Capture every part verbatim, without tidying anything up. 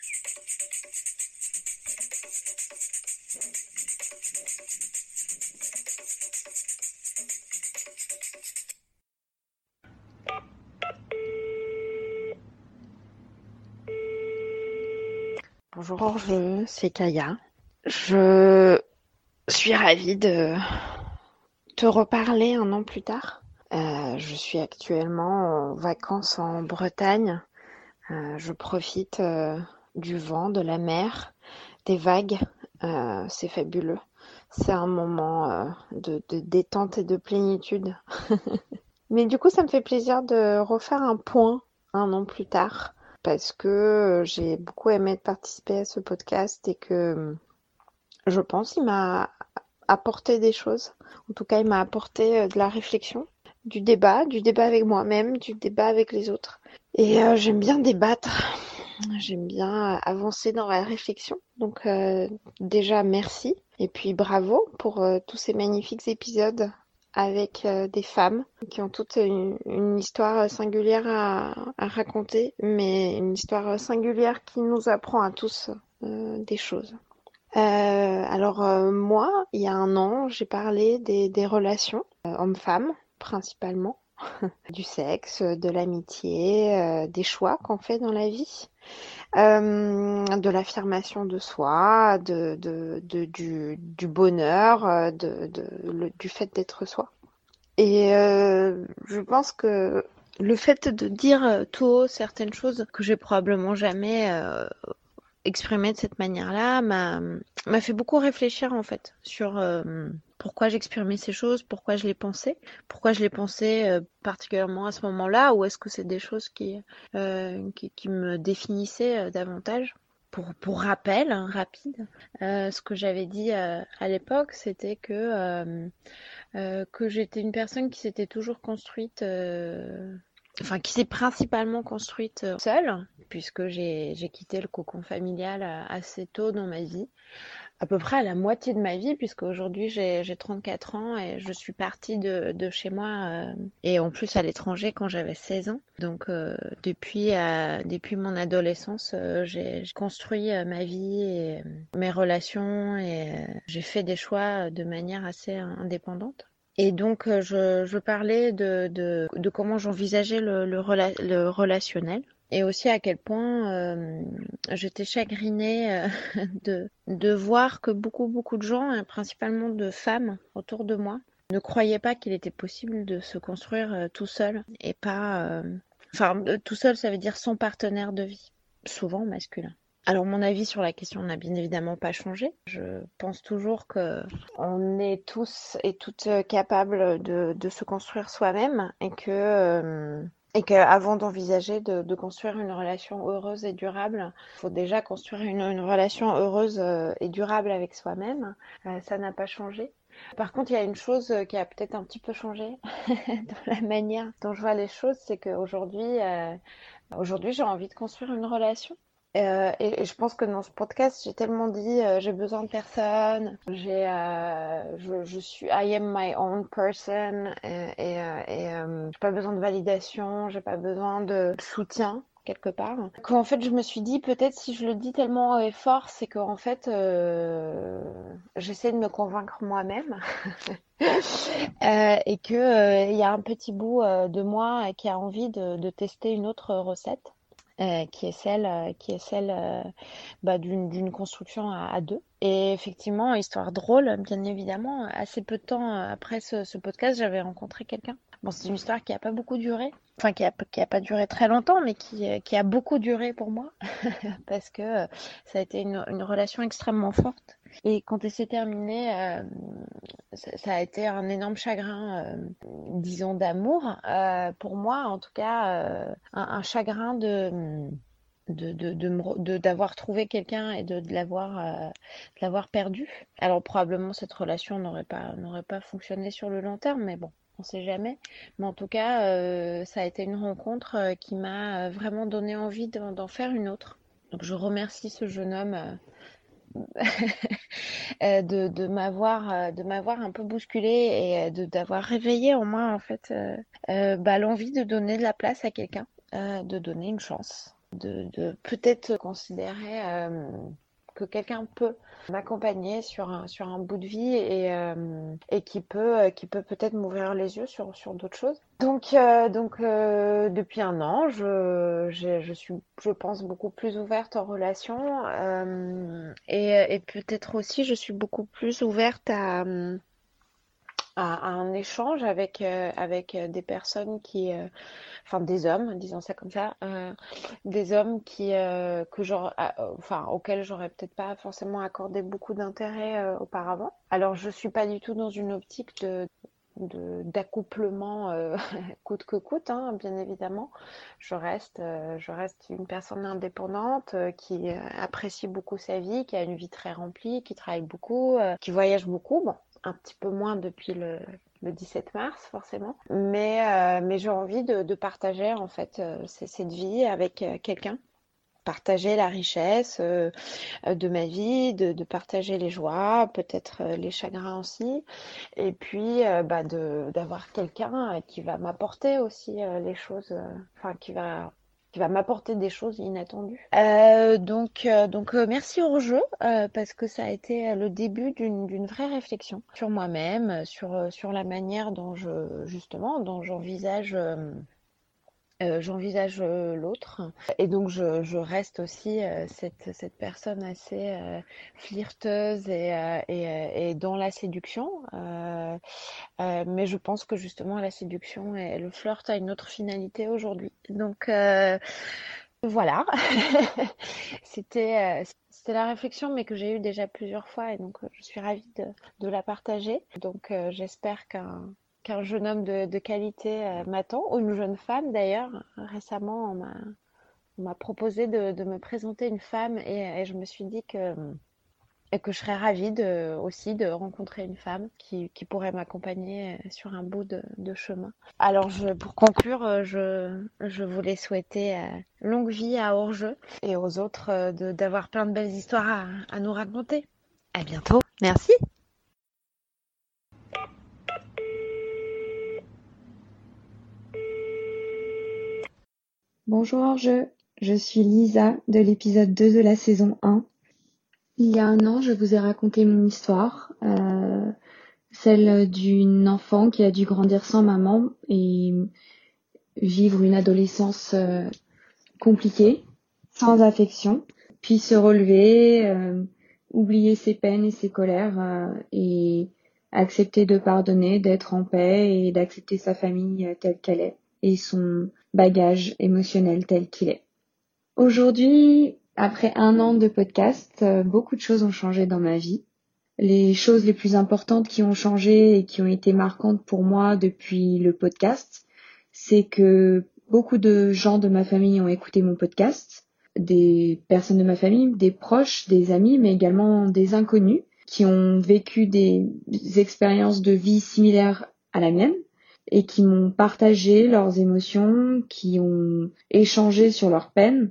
Bonjour, je... c'est Kaya. Je suis ravie de te reparler un an plus tard. Euh, je suis actuellement en vacances en Bretagne. Euh, je profite euh, du vent, de la mer, des vagues. Euh, c'est fabuleux. C'est un moment euh, de, de détente et de plénitude. Mais du coup, ça me fait plaisir de refaire un point un an plus tard parce que euh, j'ai beaucoup aimé participer à ce podcast et que je pense il m'a apporté des choses. En tout cas, il m'a apporté euh, de la réflexion, du débat, du débat avec moi-même, du débat avec les autres. Et euh, j'aime bien débattre, j'aime bien avancer dans la réflexion. Donc euh, déjà, merci. Et puis bravo pour euh, tous ces magnifiques épisodes avec euh, des femmes qui ont toutes une, une histoire singulière à, à raconter, mais une histoire singulière qui nous apprend à tous euh, des choses. Euh, alors euh, moi, il y a un an, j'ai parlé des, des relations euh, hommes-femmes principalement, du sexe, de l'amitié, euh, des choix qu'on fait dans la vie, euh, de l'affirmation de soi, de, de, de- du, du bonheur, euh, de, de- le- du fait d'être soi. Et euh, je pense que le fait de dire euh, tout haut certaines choses que j'ai probablement jamais euh, exprimées de cette manière-là m'a m'a fait beaucoup réfléchir en fait sur euh, pourquoi j'exprimais ces choses, pourquoi je les pensais, pourquoi je les pensais euh, particulièrement à ce moment-là, ou est-ce que c'est des choses qui, euh, qui, qui me définissaient euh, davantage. Pour, pour rappel, hein, rapide, euh, ce que j'avais dit euh, à l'époque, c'était que euh, euh, que j'étais une personne qui s'était toujours construite, euh, enfin qui s'est principalement construite euh, seule, puisque j'ai j'ai quitté le cocon familial euh, assez tôt dans ma vie, à peu près à la moitié de ma vie, puisque aujourd'hui j'ai j'ai trente-quatre ans et je suis partie de, de chez moi euh, et en plus à l'étranger quand j'avais seize ans. Donc euh, depuis, euh, depuis mon adolescence, euh, j'ai j'ai construit euh, ma vie et euh, mes relations et euh, j'ai fait des choix de manière assez indépendante. Et donc, euh, je, je parlais de, de, de comment j'envisageais le, le, rela- le relationnel et aussi à quel point euh, j'étais chagrinée euh, de, de voir que beaucoup, beaucoup de gens, et principalement de femmes autour de moi, ne croyaient pas qu'il était possible de se construire euh, tout seul et pas... euh, Enfin, euh, tout seul, ça veut dire sans partenaire de vie, souvent masculin. Alors mon avis sur la question n'a bien évidemment pas changé. Je pense toujours que on est tous et toutes euh, capables de, de se construire soi-même et que euh, et qu'avant d'envisager de, de construire une relation heureuse et durable, il faut déjà construire une, une relation heureuse euh, et durable avec soi-même. Euh, ça n'a pas changé. Par contre, il y a une chose qui a peut-être un petit peu changé dans la manière dont je vois les choses, c'est qu'aujourd'hui, euh, aujourd'hui, j'ai envie de construire une relation. Euh, et, et je pense que dans ce podcast, j'ai tellement dit, euh, j'ai besoin de personne, j'ai, euh, je, je suis, I am my own person, et, et, euh, et euh, j'ai pas besoin de validation, j'ai pas besoin de soutien quelque part. Qu'en fait, je me suis dit, peut-être si je le dis tellement haut et fort, c'est qu'en fait, euh, j'essaie de me convaincre moi-même. Euh, et que euh, il y a un petit bout euh, de moi qui a envie de, de tester une autre recette, euh, qui est celle, euh, qui est celle euh, bah, d'une, d'une construction à, à deux. Et effectivement, histoire drôle, bien évidemment, assez peu de temps euh, après ce, ce podcast, j'avais rencontré quelqu'un. Bon, c'est une histoire qui a pas beaucoup duré, enfin qui a, qui a pas duré très longtemps, mais qui, euh, qui a beaucoup duré pour moi, parce que euh, ça a été une, une relation extrêmement forte. Et quand elle s'est terminée, euh, ça, ça a été un énorme chagrin, euh, disons, d'amour. Euh, pour moi, en tout cas, euh, un, un chagrin de, de, de, de, me re- de- d'avoir trouvé quelqu'un et de, de l'avoir, euh, de l'avoir perdu. Alors, probablement, cette relation n'aurait pas, n'aurait pas fonctionné sur le long terme, mais bon. On ne sait jamais. Mais en tout cas, euh, ça a été une rencontre euh, qui m'a euh, vraiment donné envie d'en, d'en faire une autre. Donc, je remercie ce jeune homme euh, euh, de, de m'avoir euh, de m'avoir un peu bousculée et euh, de d'avoir réveillé en moi en fait euh, euh, bah, l'envie de donner de la place à quelqu'un, euh, de donner une chance. de, de peut-être considérer euh, que quelqu'un peut m'accompagner sur un, sur un bout de vie et, euh, et qui peut, qui peut peut-être m'ouvrir les yeux sur, sur d'autres choses. Donc, euh, donc euh, depuis un an, je, je, je suis, je pense, beaucoup plus ouverte en relation euh, et, et peut-être aussi je suis beaucoup plus ouverte à, à, à un échange avec, euh, avec des personnes qui, euh, enfin des hommes, disons ça comme ça, euh, des hommes qui, euh, que j'aurais, euh, enfin auxquels j'aurais peut-être pas forcément accordé beaucoup d'intérêt euh, auparavant. Alors je suis pas du tout dans une optique de de- d'accouplement euh, coûte que coûte, hein, bien évidemment. Je reste, euh, je reste une personne indépendante euh, qui euh, apprécie beaucoup sa vie, qui a une vie très remplie, qui travaille beaucoup, euh, qui voyage beaucoup. Bon, un petit peu moins depuis le, le dix-sept mars, forcément. Mais, euh, mais j'ai envie de, de partager, en fait, euh, c- cette vie avec euh, quelqu'un. Partager la richesse euh, euh, de ma vie, de, de partager les joies, peut-être euh, les chagrins aussi. Et puis, euh, bah, de, d'avoir quelqu'un euh, qui va m'apporter aussi euh, les choses, euh, enfin, qui va, qui va m'apporter des choses inattendues. Euh, donc, euh, donc euh, merci au jeu euh, parce que ça a été euh, le début d'une, d'une vraie réflexion sur moi-même, euh, sur, euh, sur la manière dont je, justement, dont j'envisage. euh, euh, j'envisage euh, l'autre et donc je, je reste aussi euh, cette, cette personne assez euh, flirteuse et, euh, et, euh, et dans la séduction. Euh, euh, mais je pense que justement la séduction et le flirt a une autre finalité aujourd'hui. Donc euh, voilà, c'était euh, c'était la réflexion, mais que j'ai eue déjà plusieurs fois et donc euh, je suis ravie de, de la partager. Donc euh, j'espère qu'un qu'un jeune homme de, de qualité euh, m'attend, ou une jeune femme d'ailleurs. Récemment, on m'a on m'a proposé de, de me présenter une femme et, et je me suis dit que et que je serais ravie de, aussi de rencontrer une femme qui, qui pourrait m'accompagner sur un bout de, de chemin. Alors, je, pour conclure, euh, je, je voulais souhaiter euh, longue vie à Orgeux et aux autres euh, de, d'avoir plein de belles histoires à, à nous raconter. À bientôt. Merci. Bonjour, je, je suis Lisa de l'épisode deux de la saison un. Il y a un an, je vous ai raconté mon histoire, euh, celle d'une enfant qui a dû grandir sans maman et vivre une adolescence euh, compliquée, sans affection, puis se relever, euh, oublier ses peines et ses colères euh, et accepter de pardonner, d'être en paix et d'accepter sa famille euh, telle qu'elle est et son bagage émotionnel tel qu'il est. Aujourd'hui, après un an de podcast, euh, beaucoup de choses ont changé dans ma vie. Les choses les plus importantes qui ont changé et qui ont été marquantes pour moi depuis le podcast, c'est que beaucoup de gens de ma famille ont écouté mon podcast, des personnes de ma famille, des proches, des amis, mais également des inconnus qui ont vécu des expériences de vie similaires à la mienne et qui m'ont partagé leurs émotions, qui ont échangé sur leurs peines.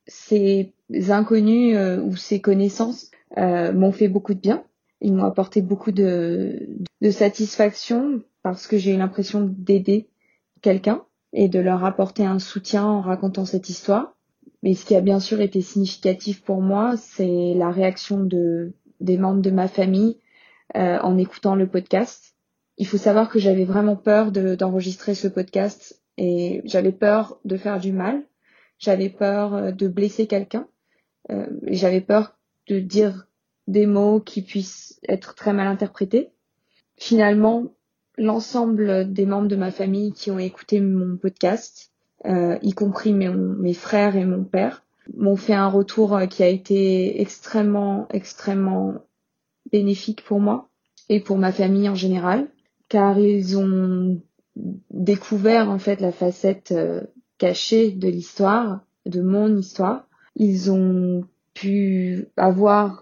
Ces inconnus euh, ou ces connaissances euh, m'ont fait beaucoup de bien. Ils m'ont apporté beaucoup de, de satisfaction parce que j'ai eu l'impression d'aider quelqu'un et de leur apporter un soutien en racontant cette histoire. Mais ce qui a bien sûr été significatif pour moi, c'est la réaction de, des membres de ma famille euh, en écoutant le podcast. Il faut savoir que j'avais vraiment peur de, d'enregistrer ce podcast et j'avais peur de faire du mal. J'avais peur de blesser quelqu'un. Euh, et j'avais peur de dire des mots qui puissent être très mal interprétés. Finalement, l'ensemble des membres de ma famille qui ont écouté mon podcast, euh, y compris mes, mes frères et mon père, m'ont fait un retour qui a été extrêmement, extrêmement bénéfique pour moi et pour ma famille en général, car ils ont découvert en fait la facette euh, cachée de l'histoire, de mon histoire. Ils ont pu avoir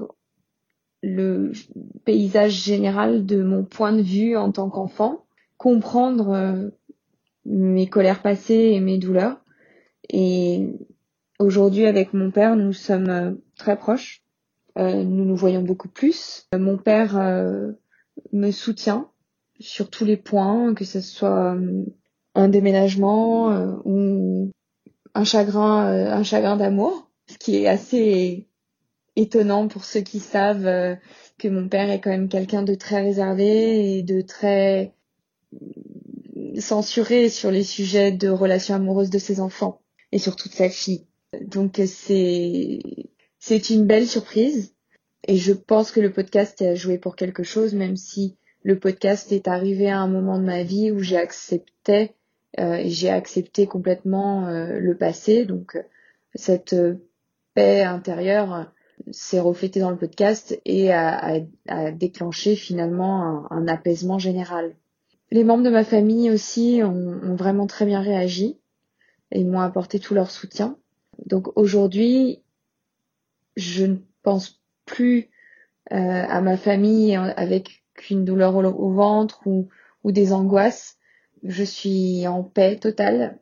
le paysage général de mon point de vue en tant qu'enfant, comprendre euh, mes colères passées et mes douleurs. Et aujourd'hui, avec mon père, nous sommes euh, très proches. Euh, nous nous voyons beaucoup plus. Euh, mon père euh, me soutient sur tous les points, que ce soit euh, un déménagement euh, ou un chagrin, euh, un chagrin d'amour, ce qui est assez étonnant pour ceux qui savent euh, que mon père est quand même quelqu'un de très réservé et de très censuré sur les sujets de relations amoureuses de ses enfants et surtout de sa fille. Donc c'est c'est une belle surprise et je pense que le podcast a joué pour quelque chose, même si le podcast est arrivé à un moment de ma vie où j'ai accepté euh, et j'ai accepté complètement euh, le passé. Donc euh, cette euh, paix intérieure euh, s'est reflétée dans le podcast et a, a, a déclenché finalement un, un apaisement général. Les membres de ma famille aussi ont, ont vraiment très bien réagi et m'ont apporté tout leur soutien. Donc aujourd'hui, je ne pense plus euh, à ma famille avec une douleur au, au ventre ou, ou des angoisses. Je suis en paix totale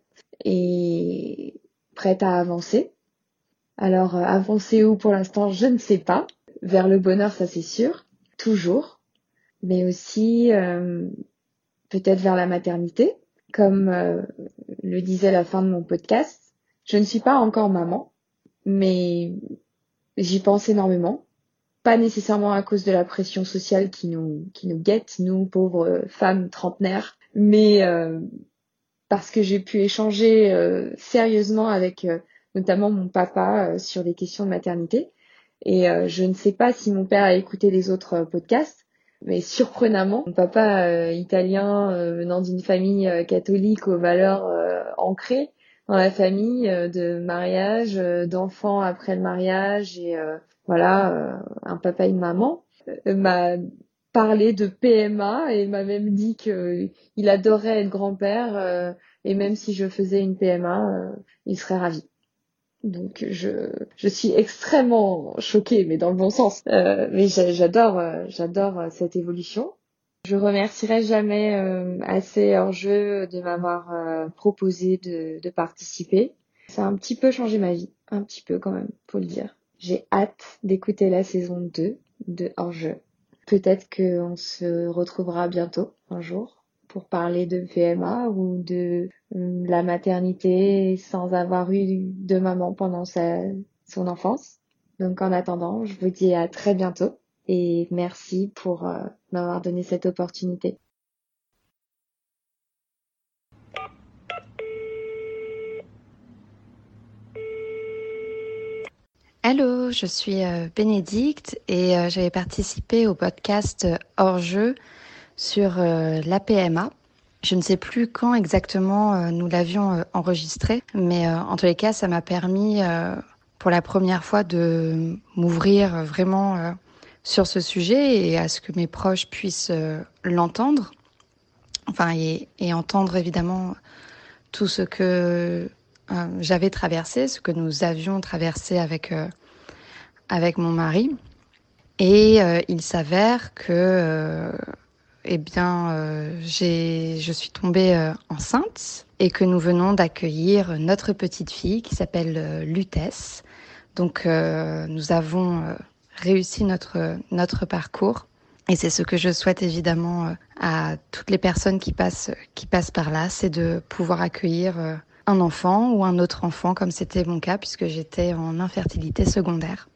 et prête à avancer. Alors, euh, avancer où pour l'instant, je ne sais pas. Vers le bonheur, ça c'est sûr, toujours. Mais aussi, euh, peut-être vers la maternité. Comme euh, le disait la fin de mon podcast, je ne suis pas encore maman, mais j'y pense énormément. Pas nécessairement à cause de la pression sociale qui nous, qui nous guette, nous, pauvres femmes trentenaires, mais euh, parce que j'ai pu échanger euh, sérieusement avec euh, notamment mon papa euh, sur des questions de maternité. Et euh, je ne sais pas si mon père a écouté les autres euh, podcasts, mais surprenamment, mon papa euh, italien euh, venant d'une famille euh, catholique aux valeurs euh, ancrées dans la famille, euh, de mariage, euh, d'enfants après le mariage et euh, voilà, euh, un papa et une maman, euh, m'a parlé de P M A et m'a même dit que il adorait être grand-père euh, et même si je faisais une P M A, euh, il serait ravi. Donc je je suis extrêmement choquée, mais dans le bon sens. Euh, mais j'a- j'adore euh, j'adore euh, cette évolution. Je remercierai jamais euh, assez Hors-jeu de m'avoir euh, proposé de, de participer. Ça a un petit peu changé ma vie, un petit peu quand même, faut le dire. J'ai hâte d'écouter la saison deux de Hors-jeu. Peut-être qu'on se retrouvera bientôt, un jour, pour parler de P M A ou de euh, la maternité sans avoir eu de maman pendant sa, son enfance. Donc en attendant, je vous dis à très bientôt et merci pour euh, m'avoir donné cette opportunité. Hello, je suis euh, Bénédicte et euh, j'avais participé au podcast euh, Hors-jeu sur euh, la P M A. Je ne sais plus quand exactement euh, nous l'avions euh, enregistré, mais euh, en tous les cas, ça m'a permis euh, pour la première fois de m'ouvrir vraiment euh, sur ce sujet et à ce que mes proches puissent euh, l'entendre, enfin et, et entendre évidemment tout ce que euh, j'avais traversé, ce que nous avions traversé avec euh, avec mon mari. Et euh, il s'avère que, euh, eh bien, euh, j'ai, je suis tombée euh, enceinte et que nous venons d'accueillir notre petite fille qui s'appelle euh, Lutèce. Donc, euh, nous avons euh, réussi notre notre parcours. Et c'est ce que je souhaite évidemment euh, à toutes les personnes qui passent qui passent par là, c'est de pouvoir accueillir euh, un enfant ou un autre enfant, comme c'était mon cas, puisque j'étais en infertilité secondaire.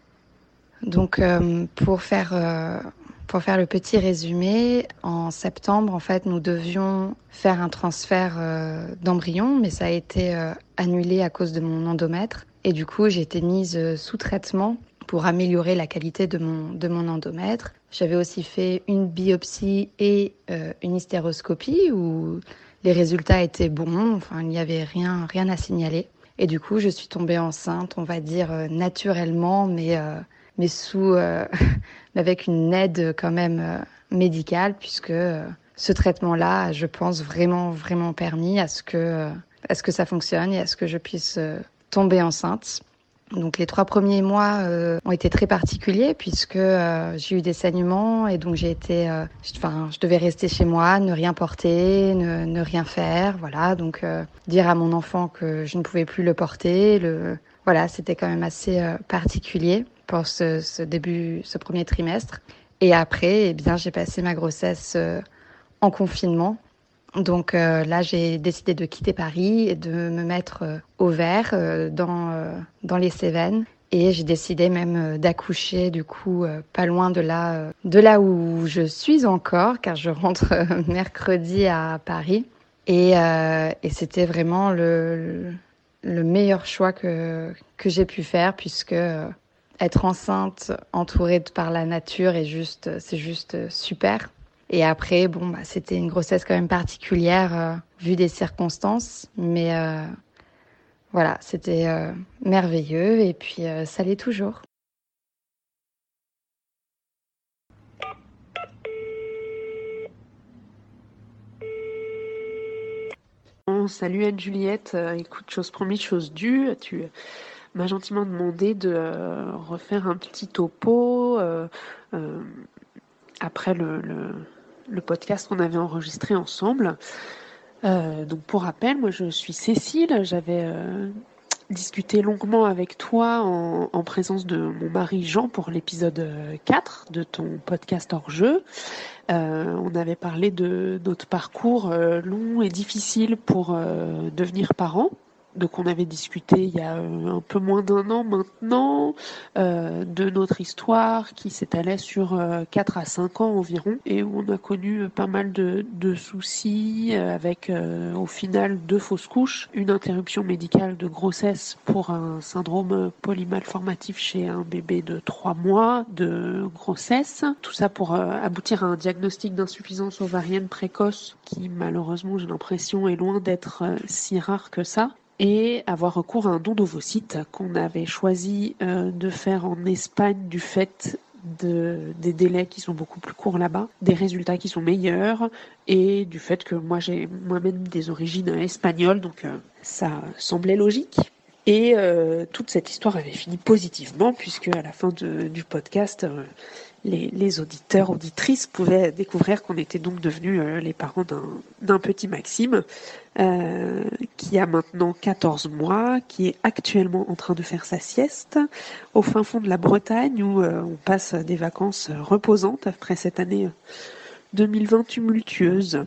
Donc euh, pour faire euh, pour faire le petit résumé, en septembre en fait nous devions faire un transfert euh, d'embryon, mais ça a été euh, annulé à cause de mon endomètre et du coup j'ai été mise euh, sous traitement pour améliorer la qualité de mon de mon endomètre. J'avais aussi fait une biopsie et euh, une hystéroscopie où les résultats étaient bons, enfin il n'y avait rien rien à signaler. Et du coup je suis tombée enceinte, on va dire euh, naturellement, mais euh, mais sous euh, avec une aide quand même euh, médicale, puisque euh, ce traitement-là, je pense, vraiment, vraiment permis à ce que, euh, à ce que ça fonctionne et à ce que je puisse euh, tomber enceinte. Donc les trois premiers mois euh, ont été très particuliers puisque euh, j'ai eu des saignements et donc j'ai été, euh, enfin, je devais rester chez moi, ne rien porter, ne, ne rien faire, voilà. Donc euh, dire à mon enfant que je ne pouvais plus le porter, le, voilà, c'était quand même assez euh, particulier pour ce, ce début, ce premier trimestre. Et après, eh bien, j'ai passé ma grossesse euh, en confinement, Donc euh, là, j'ai décidé de quitter Paris et de me mettre euh, au vert euh, dans, euh, dans les Cévennes. Et j'ai décidé même euh, d'accoucher, du coup, euh, pas loin de là, euh, de là où je suis encore, car je rentre euh, mercredi à Paris. Et, euh, et c'était vraiment le, le meilleur choix que, que j'ai pu faire, puisque euh, être enceinte, entourée de- par la nature, est juste, c'est juste euh, super. Et après, bon, bah, c'était une grossesse quand même particulière, euh, vu des circonstances. Mais euh, voilà, c'était euh, merveilleux et puis euh, ça l'est toujours. Bon, salut Anne-Juliette, Euh, écoute, chose promise, chose due, tu m'as gentiment demandé de euh, refaire un petit topo euh, euh, après le, le, le podcast qu'on avait enregistré ensemble. Euh, donc pour rappel, moi je suis Cécile, j'avais euh, discuté longuement avec toi en, en présence de mon mari Jean pour l'épisode euh, quatre de ton podcast hors jeu. Euh, on avait parlé de notre parcours euh, long et difficile pour euh, devenir parent. Donc on avait discuté il y a euh, un peu moins d'un an maintenant euh, de notre histoire qui s'étalait sur euh, quatre à cinq ans environ et où on a connu euh, pas mal de, de soucis euh, avec euh, au final deux fausses couches, une interruption médicale de grossesse pour un syndrome polymalformatif chez un bébé de trois mois de grossesse. Tout ça pour euh, aboutir à un diagnostic d'insuffisance ovarienne précoce qui malheureusement j'ai l'impression est loin d'être euh, si rare que ça. Et avoir recours à un don d'ovocytes qu'on avait choisi euh, de faire en Espagne du fait de, des délais qui sont beaucoup plus courts là-bas, des résultats qui sont meilleurs et du fait que moi j'ai moi-même des origines espagnoles, donc euh, ça semblait logique. Et euh, toute cette histoire avait fini positivement puisque à la fin de, du podcast, euh, les, les auditeurs, auditrices pouvaient découvrir qu'on était donc devenus euh, les parents d'un, d'un petit Maxime euh, qui a maintenant quatorze mois, qui est actuellement en train de faire sa sieste au fin fond de la Bretagne où euh, on passe des vacances reposantes après cette année deux mille vingt tumultueuse.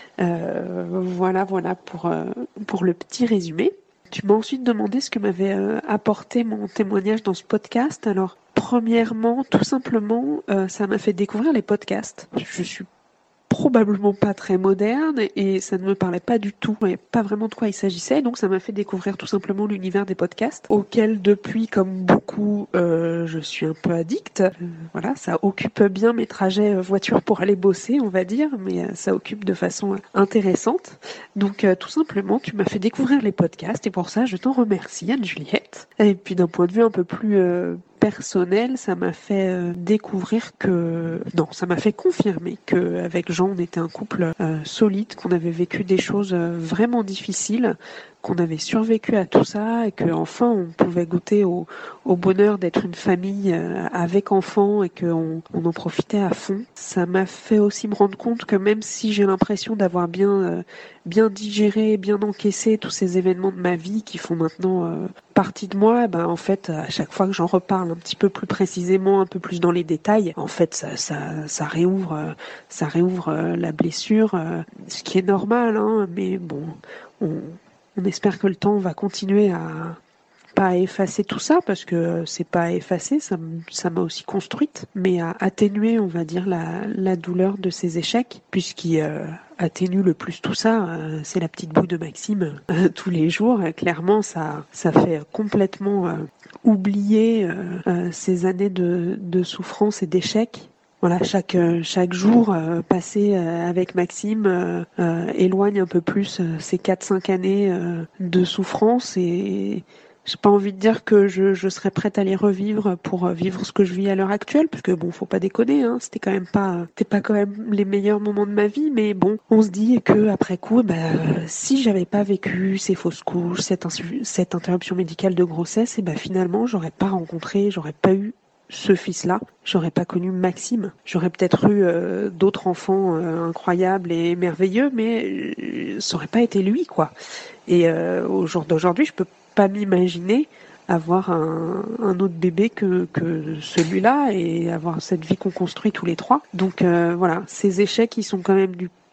Euh, voilà, voilà pour, euh, pour le petit résumé. Tu m'as ensuite demandé ce que m'avait euh, apporté mon témoignage dans ce podcast. Alors, premièrement, tout simplement, euh, ça m'a fait découvrir les podcasts. Je suis probablement pas très moderne et ça ne me parlait pas du tout. Il n'y avait pas vraiment de quoi il s'agissait. Donc ça m'a fait découvrir tout simplement l'univers des podcasts auquel depuis, comme beaucoup, euh, je suis un peu addict. Euh, voilà, ça occupe bien mes trajets euh, voiture pour aller bosser, on va dire, mais euh, ça occupe de façon euh, intéressante. Donc euh, tout simplement, tu m'as fait découvrir les podcasts et pour ça, je t'en remercie, Anne-Juliette. Et puis d'un point de vue un peu plus euh, personnel, ça m'a fait euh, découvrir que... Non, ça m'a fait confirmer qu'avec Jean, on était un couple euh, solide, qu'on avait vécu des choses euh, vraiment difficiles, qu'on avait survécu à tout ça et qu'enfin on pouvait goûter au, au bonheur d'être une famille euh, avec enfants et qu'on on en profitait à fond. Ça m'a fait aussi me rendre compte que même si j'ai l'impression d'avoir bien, euh, bien digéré, bien encaissé tous ces événements de ma vie qui font maintenant euh, partie de moi, ben en fait à chaque fois que j'en reparle un petit peu plus précisément, un peu plus dans les détails, en fait ça, ça, ça réouvre, euh, ça réouvre euh, la blessure, euh, ce qui est normal, hein, mais bon, on on espère que le temps va continuer à pas effacer tout ça parce que c'est pas à effacer, ça, ça m'a aussi construite, mais à atténuer, on va dire, la, la douleur de ces échecs, puisqu'il euh, atténue le plus tout ça, euh, c'est la petite boue de Maxime euh, tous les jours. Et clairement, ça, ça fait complètement euh, oublier euh, euh, ces années de, de souffrance et d'échecs. Voilà, chaque euh, chaque jour euh, passé euh, avec Maxime euh, euh, éloigne un peu plus euh, ces quatre cinq années euh, de souffrance et j'ai pas envie de dire que je, je serais prête à les revivre pour euh, vivre ce que je vis à l'heure actuelle, parce que bon, faut pas déconner, hein, c'était quand même pas, c'était pas quand même les meilleurs moments de ma vie, mais bon, on se dit que après coup, bah, euh, si j'avais pas vécu ces fausses couches, cette, insu- cette interruption médicale de grossesse, et bah finalement, j'aurais pas rencontré, j'aurais pas eu ce fils-là, j'aurais pas connu Maxime. J'aurais peut-être eu euh, d'autres enfants euh, incroyables et merveilleux, mais euh, ça aurait pas été lui, quoi. Et euh, au jour d'aujourd'hui, je peux pas m'imaginer avoir un, un autre bébé que, que celui-là et avoir cette vie qu'on construit tous les trois. Donc euh, voilà, ces échecs, ils sont quand même du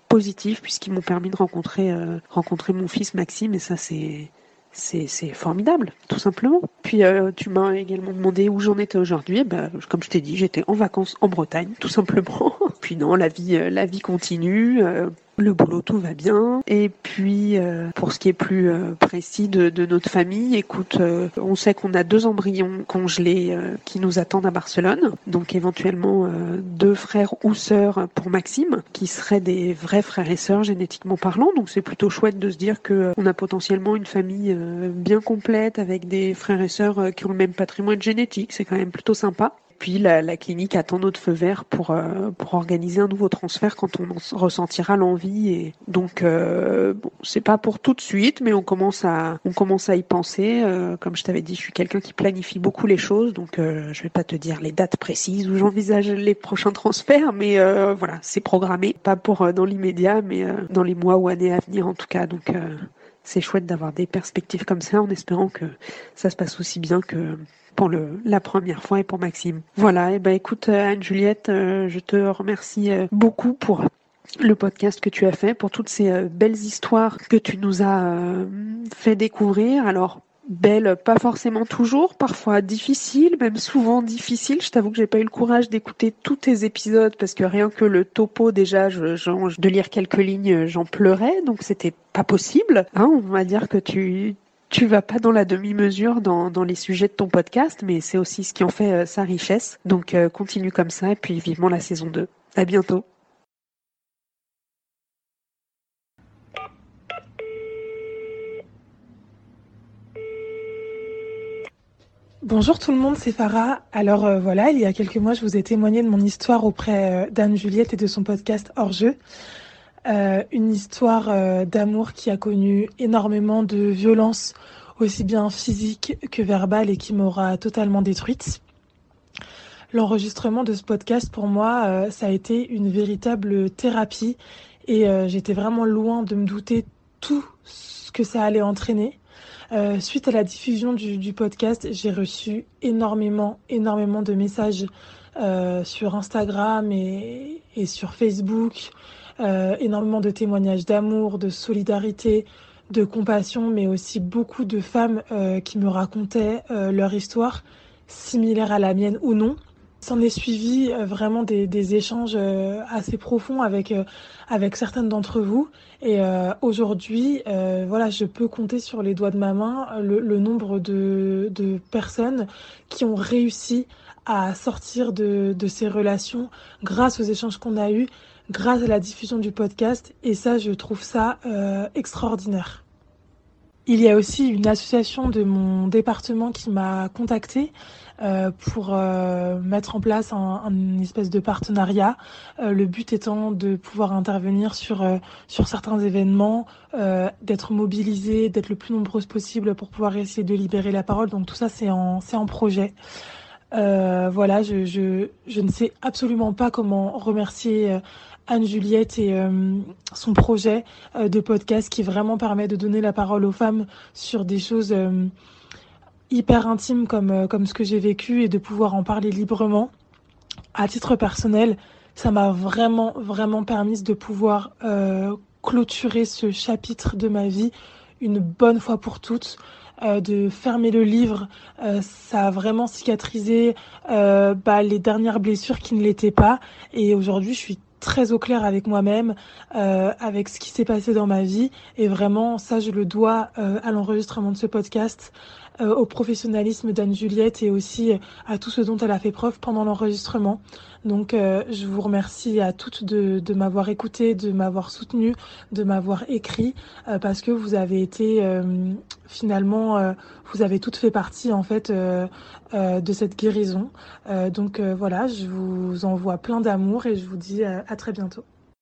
positifs puisqu'ils m'ont permis de rencontrer, euh, rencontrer mon fils Maxime et ça c'est... C'est, c'est formidable, tout simplement. Puis euh, tu m'as également demandé où j'en étais aujourd'hui. Ben, comme je t'ai dit, j'étais en vacances en Bretagne, tout simplement. Puis non, la vie, euh, la vie continue. Euh, le boulot, tout va bien. Et puis, euh, pour ce qui est plus euh, précis de, de notre famille, écoute, euh, on sait qu'on a deux embryons congelés euh, qui nous attendent à Barcelone. Donc éventuellement euh, deux frères ou sœurs pour Maxime, qui seraient des vrais frères et sœurs génétiquement parlant. Donc c'est plutôt chouette de se dire que euh, on a potentiellement une famille euh, bien complète avec des frères et sœurs euh, qui ont le même patrimoine génétique. C'est quand même plutôt sympa. Puis la, la clinique attend notre feu vert pour euh, pour organiser un nouveau transfert quand on en ressentira l'envie. Et donc euh, bon, c'est pas pour tout de suite, mais on commence à on commence à y penser. Euh, comme je t'avais dit, je suis quelqu'un qui planifie beaucoup les choses, donc euh, je vais pas te dire les dates précises où j'envisage les prochains transferts, mais euh, voilà, c'est programmé, pas pour euh, dans l'immédiat, mais euh, dans les mois ou années à venir en tout cas. Donc euh, c'est chouette d'avoir des perspectives comme ça, en espérant que ça se passe aussi bien que pour le, la première fois et pour Maxime. Voilà, et ben écoute Anne-Juliette, euh, je te remercie euh, beaucoup pour le podcast que tu as fait, pour toutes ces euh, belles histoires que tu nous as euh, fait découvrir. Alors, belles, pas forcément toujours, parfois difficiles, même souvent difficiles. Je t'avoue que j'ai pas eu le courage d'écouter tous tes épisodes parce que rien que le topo, déjà, je, je, de lire quelques lignes, j'en pleurais, donc c'était pas possible. Hein, on va dire que tu... Tu vas pas dans la demi-mesure dans, dans les sujets de ton podcast, mais c'est aussi ce qui en fait euh, sa richesse. Donc euh, continue comme ça et puis vivement la saison deux. À bientôt. Bonjour tout le monde, c'est Farah. Alors euh, voilà, il y a quelques mois, je vous ai témoigné de mon histoire auprès euh, d'Anne-Juliette et de son podcast Hors-jeu. Euh, une histoire euh, d'amour qui a connu énormément de violence, aussi bien physique que verbale, et qui m'aura totalement détruite. L'enregistrement de ce podcast, pour moi, euh, ça a été une véritable thérapie, et euh, j'étais vraiment loin de me douter tout ce que ça allait entraîner. Euh, suite à la diffusion du, du podcast, j'ai reçu énormément, énormément de messages euh, sur Instagram et, et sur Facebook, euh, énormément de témoignages d'amour, de solidarité, de compassion, mais aussi beaucoup de femmes euh, qui me racontaient euh, leur histoire, similaire à la mienne ou non. S'en est suivi euh, vraiment des, des échanges euh, assez profonds avec, euh, avec certaines d'entre vous. Et euh, aujourd'hui, euh, voilà, je peux compter sur les doigts de ma main le, le nombre de, de personnes qui ont réussi à sortir de, de ces relations grâce aux échanges qu'on a eus, grâce à la diffusion du podcast. Et ça, je trouve ça euh, extraordinaire. Il y a aussi une association de mon département qui m'a contactée euh, pour euh, mettre en place un, un espèce de partenariat. Euh, le but étant de pouvoir intervenir sur, euh, sur certains événements, euh, d'être mobilisé, d'être le plus nombreuse possible pour pouvoir essayer de libérer la parole. Donc tout ça, c'est en, c'est en projet. Euh, voilà, je, je, je ne sais absolument pas comment remercier euh, Anne-Juliette et euh, son projet euh, de podcast qui vraiment permet de donner la parole aux femmes sur des choses euh, hyper intimes comme, euh, comme ce que j'ai vécu et de pouvoir en parler librement. À titre personnel, ça m'a vraiment, vraiment permis de pouvoir euh, clôturer ce chapitre de ma vie une bonne fois pour toutes. Euh, de fermer le livre, euh, ça a vraiment cicatrisé euh, bah, les dernières blessures qui ne l'étaient pas. Et aujourd'hui, je suis très au clair avec moi-même, euh, avec ce qui s'est passé dans ma vie. Et vraiment, ça, je le dois euh, à l'enregistrement de ce podcast, euh, au professionnalisme d'Anne-Juliette et aussi à tout ce dont elle a fait preuve pendant l'enregistrement. Donc, euh, je vous remercie à toutes de, de m'avoir écouté, de m'avoir soutenu, de m'avoir écrit, euh, parce que vous avez été euh, finalement, euh, vous avez toutes fait partie en fait euh, euh, de cette guérison. Euh, donc euh, voilà, je vous envoie plein d'amour et je vous dis euh, à très bientôt.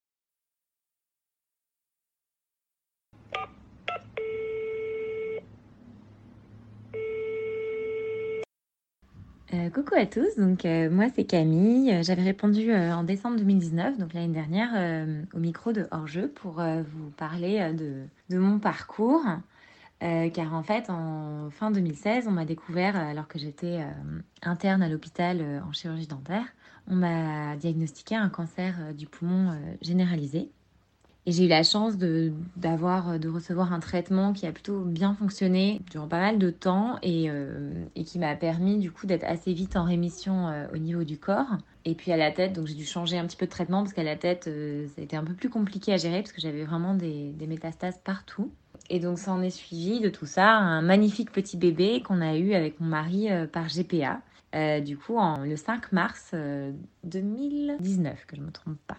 Euh, coucou à tous, donc euh, moi c'est Camille. Euh, J'avais répondu euh, en décembre deux mille dix-neuf, donc l'année dernière, euh, au micro de Hors-jeu pour euh, vous parler euh, de, de mon parcours. Euh, car en fait, en fin deux mille seize, on m'a découvert, euh, alors que j'étais euh, interne à l'hôpital euh, en chirurgie dentaire, on m'a diagnostiqué un cancer euh, du poumon euh, généralisé. Et j'ai eu la chance de, d'avoir, de recevoir un traitement qui a plutôt bien fonctionné durant pas mal de temps et, euh, et qui m'a permis du coup d'être assez vite en rémission euh, au niveau du corps. Et puis à la tête, donc j'ai dû changer un petit peu de traitement parce qu'à la tête, euh, ça a été un peu plus compliqué à gérer parce que j'avais vraiment des, des métastases partout. Et donc ça en est suivi de tout ça un magnifique petit bébé qu'on a eu avec mon mari euh, par G P A. Euh, du coup, en, le cinq mars euh, deux mille dix-neuf, que je ne me trompe pas.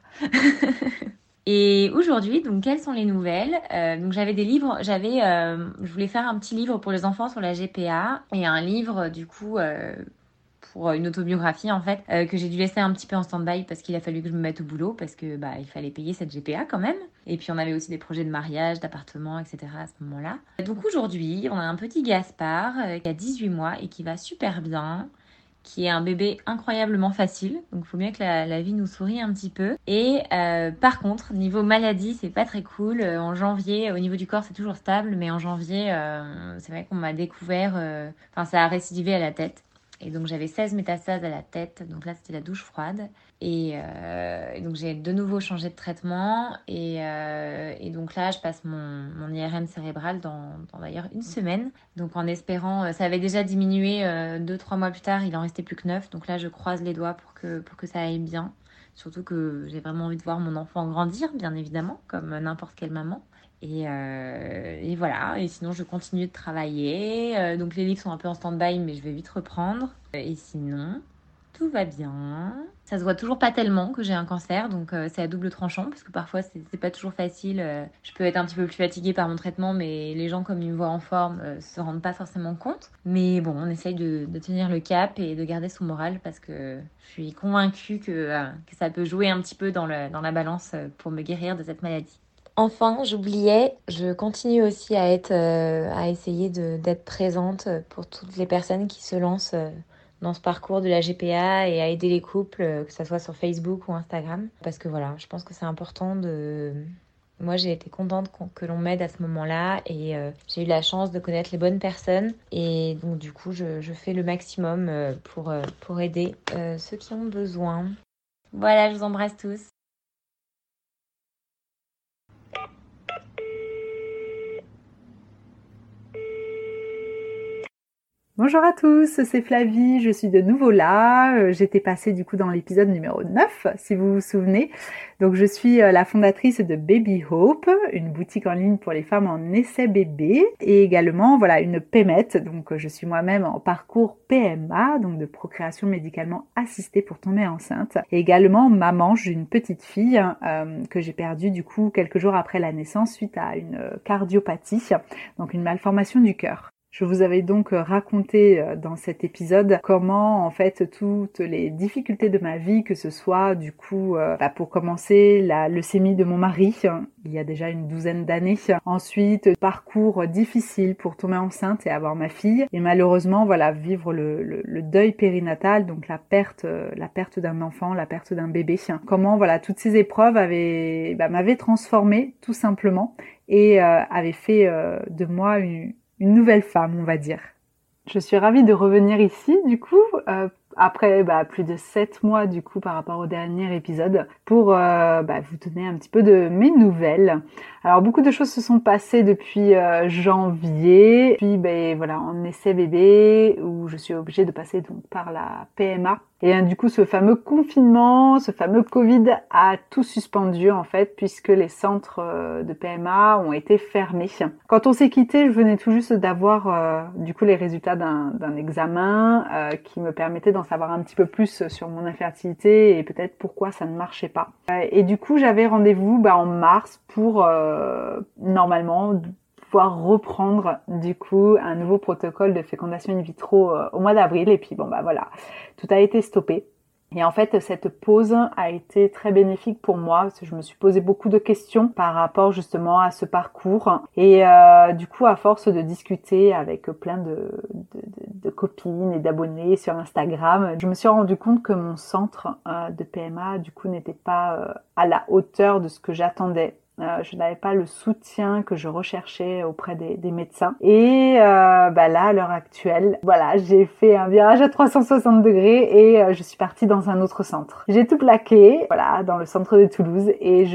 Et aujourd'hui, donc, quelles sont les nouvelles ? euh, Donc, j'avais des livres, j'avais, euh, je voulais faire un petit livre pour les enfants sur la G P A et un livre, du coup, euh, pour une autobiographie, en fait, euh, que j'ai dû laisser un petit peu en stand-by parce qu'il a fallu que je me mette au boulot parce que, bah, il fallait payer cette G P A quand même. Et puis, on avait aussi des projets de mariage, d'appartement, et cetera à ce moment-là. Donc, aujourd'hui, on a un petit Gaspard euh, qui a dix-huit mois et qui va super bien, qui est un bébé incroyablement facile. Donc, il faut bien que la, la vie nous sourie un petit peu. Et euh, par contre, niveau maladie, c'est pas très cool. Euh, en janvier, au niveau du corps, c'est toujours stable. Mais en janvier, euh, c'est vrai qu'on m'a découvert... euh, Enfin, ça a récidivé à la tête. Et donc, j'avais seize métastases à la tête. Donc là, c'était la douche froide. Et, euh, et donc, j'ai de nouveau changé de traitement. Et, euh, et donc là, je passe mon, mon I R M cérébral dans, dans d'ailleurs une semaine. Donc, en espérant... Ça avait déjà diminué euh, deux, trois mois plus tard. Il en restait plus que neuf. Donc là, je croise les doigts pour que, pour que ça aille bien. Surtout que j'ai vraiment envie de voir mon enfant grandir, bien évidemment, comme n'importe quelle maman. Et, euh, et voilà, et sinon je continue de travailler. Euh, donc les livres sont un peu en stand-by, mais je vais vite reprendre. Et sinon, tout va bien. Ça se voit toujours pas tellement que j'ai un cancer, donc euh, c'est à double tranchant, parce que parfois c'est, c'est pas toujours facile. Euh, je peux être un petit peu plus fatiguée par mon traitement, mais les gens, comme ils me voient en forme, euh, se rendent pas forcément compte. Mais bon, on essaye de, de tenir le cap et de garder son moral, parce que je suis convaincue que, euh, que ça peut jouer un petit peu dans, le, dans la balance pour me guérir de cette maladie. Enfin, j'oubliais, je continue aussi à être, euh, à essayer de, d'être présente pour toutes les personnes qui se lancent euh, dans ce parcours de la G P A et à aider les couples, euh, que ce soit sur Facebook ou Instagram. Parce que voilà, je pense que c'est important de... Moi, j'ai été contente qu'on, que l'on m'aide à ce moment-là et euh, j'ai eu la chance de connaître les bonnes personnes. Et donc, du coup, je, je fais le maximum euh, pour, euh, pour aider euh, ceux qui ont besoin. Voilà, je vous embrasse tous. Bonjour à tous, c'est Flavie, je suis de nouveau là. J'étais passée du coup dans l'épisode numéro neuf, si vous vous souvenez. Donc je suis la fondatrice de Baby Hope, une boutique en ligne pour les femmes en essai bébé et également voilà une P M E T. Donc je suis moi-même en parcours P M A, donc de procréation médicalement assistée pour tomber enceinte. Et également maman, j'ai une petite fille euh, que j'ai perdue du coup quelques jours après la naissance suite à une cardiopathie, donc une malformation du cœur. Je vous avais donc raconté dans cet épisode comment en fait toutes les difficultés de ma vie, que ce soit du coup euh, bah, pour commencer la leucémie de mon mari il y a déjà une douzaine d'années, ensuite parcours difficile pour tomber enceinte et avoir ma fille et malheureusement voilà vivre le, le, le deuil périnatal, donc la perte euh, la perte d'un enfant, la perte d'un bébé. Comment voilà toutes ces épreuves avaient bah, m'avaient transformée tout simplement et euh, avaient fait euh, de moi une une nouvelle femme, on va dire. Je suis ravie de revenir ici, du coup, euh, après bah, plus de sept mois, du coup, par rapport au dernier épisode, pour euh, bah, vous donner un petit peu de mes nouvelles. Alors, beaucoup de choses se sont passées depuis euh, janvier, puis bah, voilà, en essai bébé, où je suis obligée de passer donc par la P M A. Et hein, du coup, ce fameux confinement, ce fameux Covid a tout suspendu en fait, puisque les centres de P M A ont été fermés. Quand on s'est quitté, je venais tout juste d'avoir euh, du coup les résultats d'un, d'un examen euh, qui me permettait d'en savoir un petit peu plus sur mon infertilité et peut-être pourquoi ça ne marchait pas. Euh, et du coup, j'avais rendez-vous bah, en mars pour euh, normalement pouvoir reprendre du coup un nouveau protocole de fécondation in vitro euh, au mois d'avril et puis bon bah voilà, tout a été stoppé. Et en fait, cette pause a été très bénéfique pour moi parce que je me suis posé beaucoup de questions par rapport justement à ce parcours. Et euh, du coup, à force de discuter avec plein de, de, de, de copines et d'abonnés sur Instagram, je me suis rendu compte que mon centre euh, de P M A du coup n'était pas euh, à la hauteur de ce que j'attendais. Euh, je n'avais pas le soutien que je recherchais auprès des, des médecins. Et euh, bah là, à l'heure actuelle, voilà, j'ai fait un virage à trois cent soixante degrés et euh, je suis partie dans un autre centre. J'ai tout plaqué, voilà, dans le centre de Toulouse et je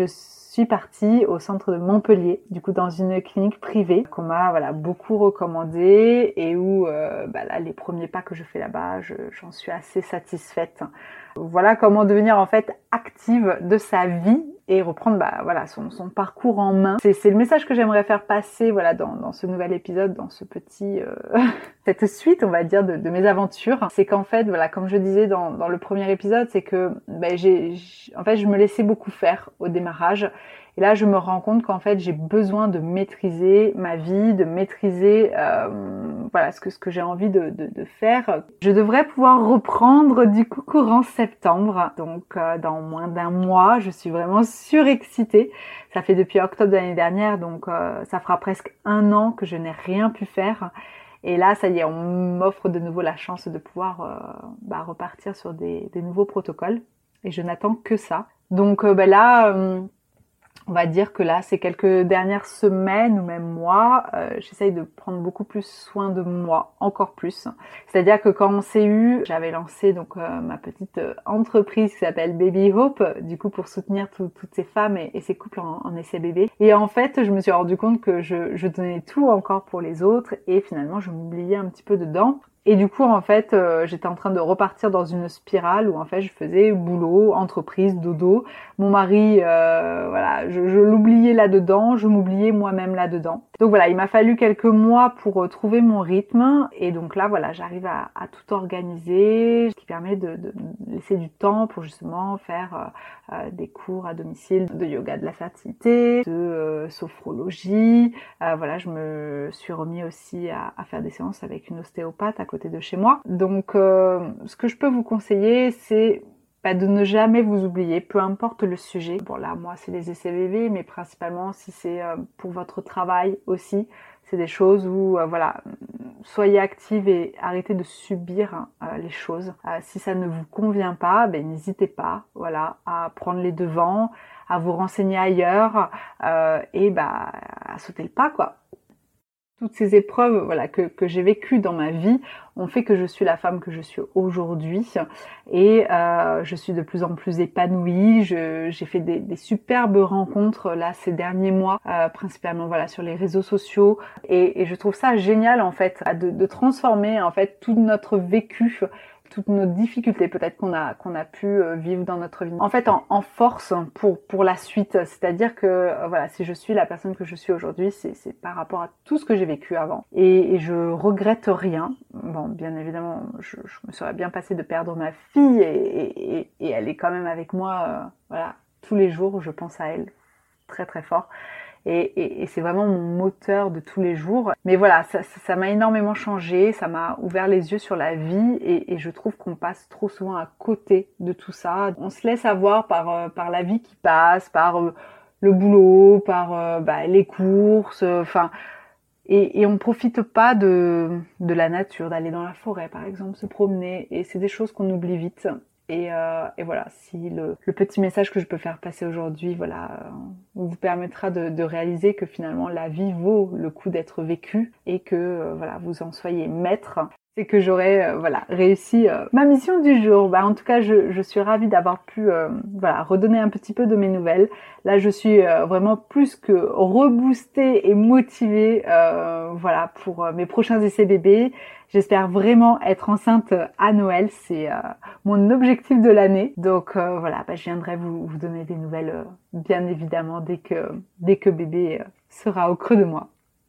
suis partie au centre de Montpellier, du coup dans une clinique privée qu'on m'a voilà beaucoup recommandée et où euh, bah là les premiers pas que je fais là-bas, je, j'en suis assez satisfaite. Voilà comment devenir en fait active de sa vie et reprendre bah voilà son, son parcours en main. C'est, c'est le message que j'aimerais faire passer voilà dans, dans ce nouvel épisode, dans ce petit euh, cette suite on va dire de, de mes aventures. C'est qu'en fait voilà comme je disais dans, dans le premier épisode, c'est que bah, j'ai, j'ai en fait je me laissais beaucoup faire au démarrage. Et là, je me rends compte qu'en fait, j'ai besoin de maîtriser ma vie, de maîtriser euh, voilà ce que ce que j'ai envie de, de, de faire. Je devrais pouvoir reprendre du coup courant septembre, donc euh, dans moins d'un mois. Je suis vraiment surexcitée. Ça fait depuis octobre de l'année dernière, donc euh, ça fera presque un an que je n'ai rien pu faire. Et là, ça y est, on m'offre de nouveau la chance de pouvoir euh, bah, repartir sur des, des nouveaux protocoles. Et je n'attends que ça. Donc euh, bah, là. Euh, On va dire que là, ces quelques dernières semaines ou même mois, euh, j'essaye de prendre beaucoup plus soin de moi, encore plus. C'est-à-dire que quand on s'est eu, j'avais lancé donc euh, ma petite euh, entreprise qui s'appelle Baby Hope, du coup pour soutenir tout, toutes ces femmes et, et ces couples en, en essai bébé. Et en fait, je me suis rendu compte que je, je donnais tout encore pour les autres et finalement, je m'oubliais un petit peu dedans. Et du coup, en fait, euh, j'étais en train de repartir dans une spirale où en fait, je faisais boulot, entreprise, dodo. Mon mari, euh, voilà, je, je l'oubliais là-dedans, je m'oubliais moi-même là-dedans. Donc voilà, il m'a fallu quelques mois pour euh, trouver mon rythme. Et donc là, voilà, j'arrive à, à tout organiser, ce qui permet de, de laisser du temps pour justement faire euh, euh, des cours à domicile de yoga de la fertilité, de euh, sophrologie. Euh, voilà, je me suis remis aussi à, à faire des séances avec une ostéopathe à côté de chez moi. Donc euh, ce que je peux vous conseiller, c'est bah, de ne jamais vous oublier, peu importe le sujet. Bon là, moi, c'est les essais bébés, mais principalement si c'est euh, pour votre travail aussi, c'est des choses où, euh, voilà, soyez active et arrêtez de subir hein, euh, les choses. Euh, si ça ne vous convient pas, ben n'hésitez pas, voilà, à prendre les devants, à vous renseigner ailleurs euh, et bah à sauter le pas, quoi. Toutes ces épreuves voilà, que, que j'ai vécues dans ma vie ont fait que je suis la femme que je suis aujourd'hui et euh, je suis de plus en plus épanouie. Je, j'ai fait des, des superbes rencontres là ces derniers mois, euh, principalement voilà sur les réseaux sociaux et, et je trouve ça génial en fait de, de transformer en fait tout notre vécu, toutes nos difficultés peut-être qu'on a qu'on a pu vivre dans notre vie en fait en, en force pour pour la suite. C'est-à-dire que euh, voilà, si je suis la personne que je suis aujourd'hui, c'est c'est par rapport à tout ce que j'ai vécu avant et, et je regrette rien. Bon, bien évidemment, je, je me serais bien passée de perdre ma fille et, et, et elle est quand même avec moi euh, voilà tous les jours. Je pense à elle très très fort. Et, et, et c'est vraiment mon moteur de tous les jours. Mais voilà, ça, ça, ça m'a énormément changé, ça m'a ouvert les yeux sur la vie et, et je trouve qu'on passe trop souvent à côté de tout ça. On se laisse avoir par, euh, par la vie qui passe, par euh, le boulot, par euh, bah, les courses, enfin... Euh, et, et on ne profite pas de, de la nature, d'aller dans la forêt par exemple, se promener. Et c'est des choses qu'on oublie vite. Et, euh, et voilà, si le, le petit message que je peux faire passer aujourd'hui, voilà, euh, vous permettra de, de réaliser que finalement la vie vaut le coup d'être vécue et que euh, voilà, vous en soyez maître, c'est que j'aurais euh, voilà réussi euh, ma mission du jour. Bah, en tout cas, je, je suis ravie d'avoir pu euh, voilà redonner un petit peu de mes nouvelles. Là, je suis euh, vraiment plus que reboostée et motivée euh, voilà pour euh, mes prochains essais bébés. J'espère vraiment être enceinte à Noël, c'est euh, mon objectif de l'année. Donc euh, voilà, bah, je viendrai vous, vous donner des nouvelles euh, bien évidemment dès que dès que bébé euh, sera au creux de moi.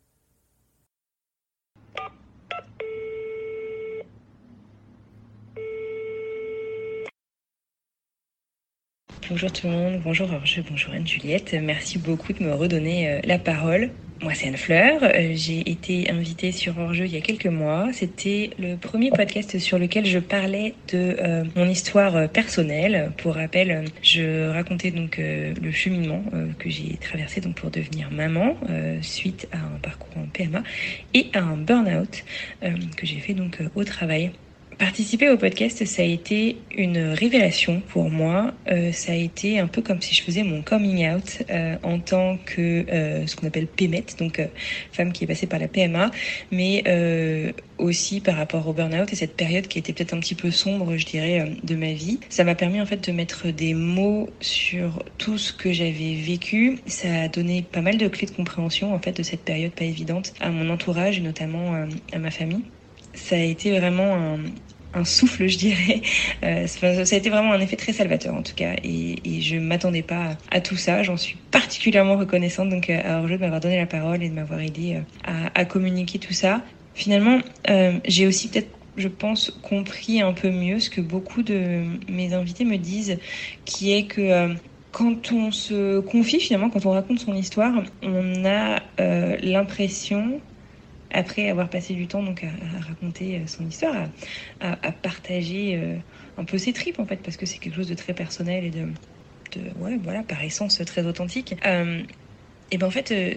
Bonjour tout le monde, bonjour Orge, bonjour Anne-Juliette, merci beaucoup de me redonner euh, la parole. Moi c'est Anne Fleur, euh, j'ai été invitée sur Orge il y a quelques mois, c'était le premier podcast sur lequel je parlais de euh, mon histoire euh, personnelle. Pour rappel, euh, je racontais donc euh, le cheminement euh, que j'ai traversé donc pour devenir maman euh, suite à un parcours en P M A et à un burn-out euh, que j'ai fait donc euh, au travail. Participer au podcast, ça a été une révélation pour moi. Euh, ça a été un peu comme si je faisais mon coming out euh, en tant que euh, ce qu'on appelle P M E T, donc euh, femme qui est passée par la P M A, mais euh, aussi par rapport au burn-out et cette période qui était peut-être un petit peu sombre, je dirais, euh, de ma vie. Ça m'a permis en fait de mettre des mots sur tout ce que j'avais vécu. Ça a donné pas mal de clés de compréhension en fait de cette période pas évidente à mon entourage et notamment euh, à ma famille. Ça a été vraiment un un souffle, je dirais. Euh, ça a été vraiment un effet très salvateur, en tout cas. Et, et je m'attendais pas à, à tout ça. J'en suis particulièrement reconnaissante donc à Orjeu de m'avoir donné la parole et de m'avoir aidé à, à communiquer tout ça. Finalement, euh, j'ai aussi peut-être, je pense, compris un peu mieux ce que beaucoup de mes invités me disent, qui est que euh, quand on se confie, finalement, quand on raconte son histoire, on a euh, l'impression, après avoir passé du temps donc à, à raconter son histoire, à, à, à partager euh, un peu ses tripes en fait, parce que c'est quelque chose de très personnel et de, de ouais, voilà, par essence très authentique. Euh, et ben en fait, euh,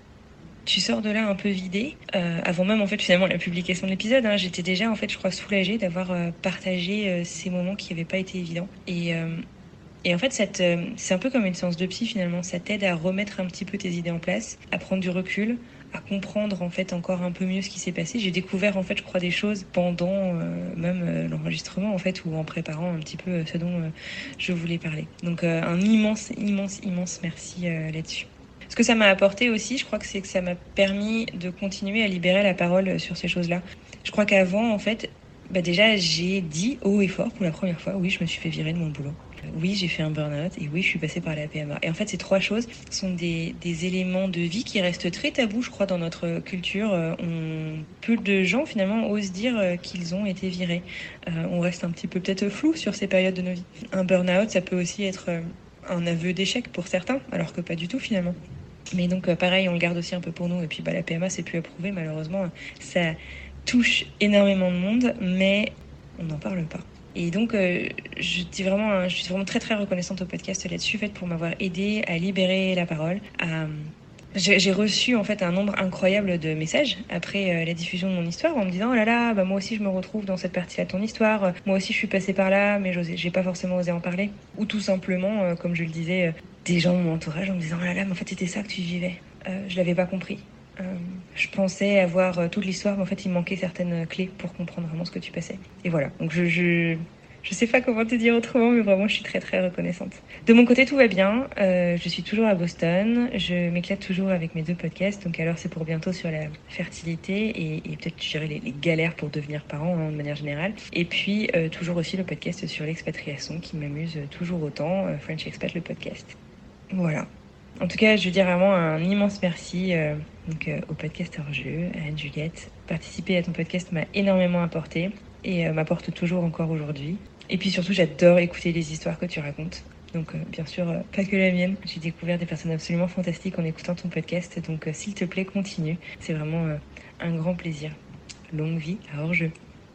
tu sors de là un peu vidé. Euh, avant même en fait finalement la publication de l'épisode, hein, j'étais déjà en fait, je crois, soulagée d'avoir euh, partagé euh, ces moments qui n'avaient pas été évidents. Et euh, Et en fait, ça te, c'est un peu comme une séance de psy finalement. Ça t'aide à remettre un petit peu tes idées en place, à prendre du recul, à comprendre en fait encore un peu mieux ce qui s'est passé. J'ai découvert en fait, je crois, des choses pendant euh, même euh, l'enregistrement en fait, ou en préparant un petit peu euh, ce dont euh, je voulais parler. Donc euh, un immense, immense, immense merci euh, là-dessus. Ce que ça m'a apporté aussi, je crois que c'est que ça m'a permis de continuer à libérer la parole sur ces choses-là. Je crois qu'avant, en fait, bah déjà, j'ai dit haut et fort pour la première fois, oui, je me suis fait virer de mon boulot. Oui, j'ai fait un burn-out et oui, je suis passée par la P M A. Et en fait, ces trois choses sont des, des éléments de vie qui restent très tabous, je crois, dans notre culture. On, peu de gens, finalement, osent dire qu'ils ont été virés. Euh, on reste un petit peu peut-être flou sur ces périodes de nos vies. Un burn-out, ça peut aussi être un aveu d'échec pour certains, alors que pas du tout, finalement. Mais donc, pareil, on le garde aussi un peu pour nous. Et puis, bah, la P M A, c'est plus approuvé, malheureusement. Ça touche énormément de monde, mais on n'en parle pas. Et donc, euh, je, dis vraiment, je suis vraiment très, très reconnaissante au podcast là-dessus, fait, pour m'avoir aidé à libérer la parole. À... J'ai, j'ai reçu en fait un nombre incroyable de messages après euh, la diffusion de mon histoire en me disant « Oh là là, bah, moi aussi je me retrouve dans cette partie-là de ton histoire. Moi aussi je suis passée par là, mais j'osais, j'ai pas forcément osé en parler. » Ou tout simplement, euh, comme je le disais, euh, des gens de mon entourage en me disant « Oh là là, mais en fait c'était ça que tu vivais. Euh, je l'avais pas compris. » Euh, je pensais avoir euh, toute l'histoire, mais en fait, il manquait certaines clés pour comprendre vraiment ce que tu passais. Et voilà. Donc, je, je, je sais pas comment te dire autrement, mais vraiment, je suis très, très reconnaissante. De mon côté, tout va bien. Euh, je suis toujours à Boston. Je m'éclate toujours avec mes deux podcasts. Donc, alors, c'est pour bientôt sur la fertilité et, et peut-être, je dirais, les, les galères pour devenir parent, hein, de manière générale. Et puis, euh, toujours aussi le podcast sur l'expatriation qui m'amuse toujours autant. Euh, French Expat, le podcast. Voilà. En tout cas, je veux dire vraiment un immense merci euh, donc, euh, au podcast Orjeu, à Anne-Juliette. Participer à ton podcast m'a énormément apporté et euh, m'apporte toujours encore aujourd'hui. Et puis surtout, j'adore écouter les histoires que tu racontes. Donc, euh, bien sûr, euh, pas que la mienne. J'ai découvert des personnes absolument fantastiques en écoutant ton podcast. Donc, euh, s'il te plaît, continue. C'est vraiment euh, un grand plaisir. Longue vie à Orjeu.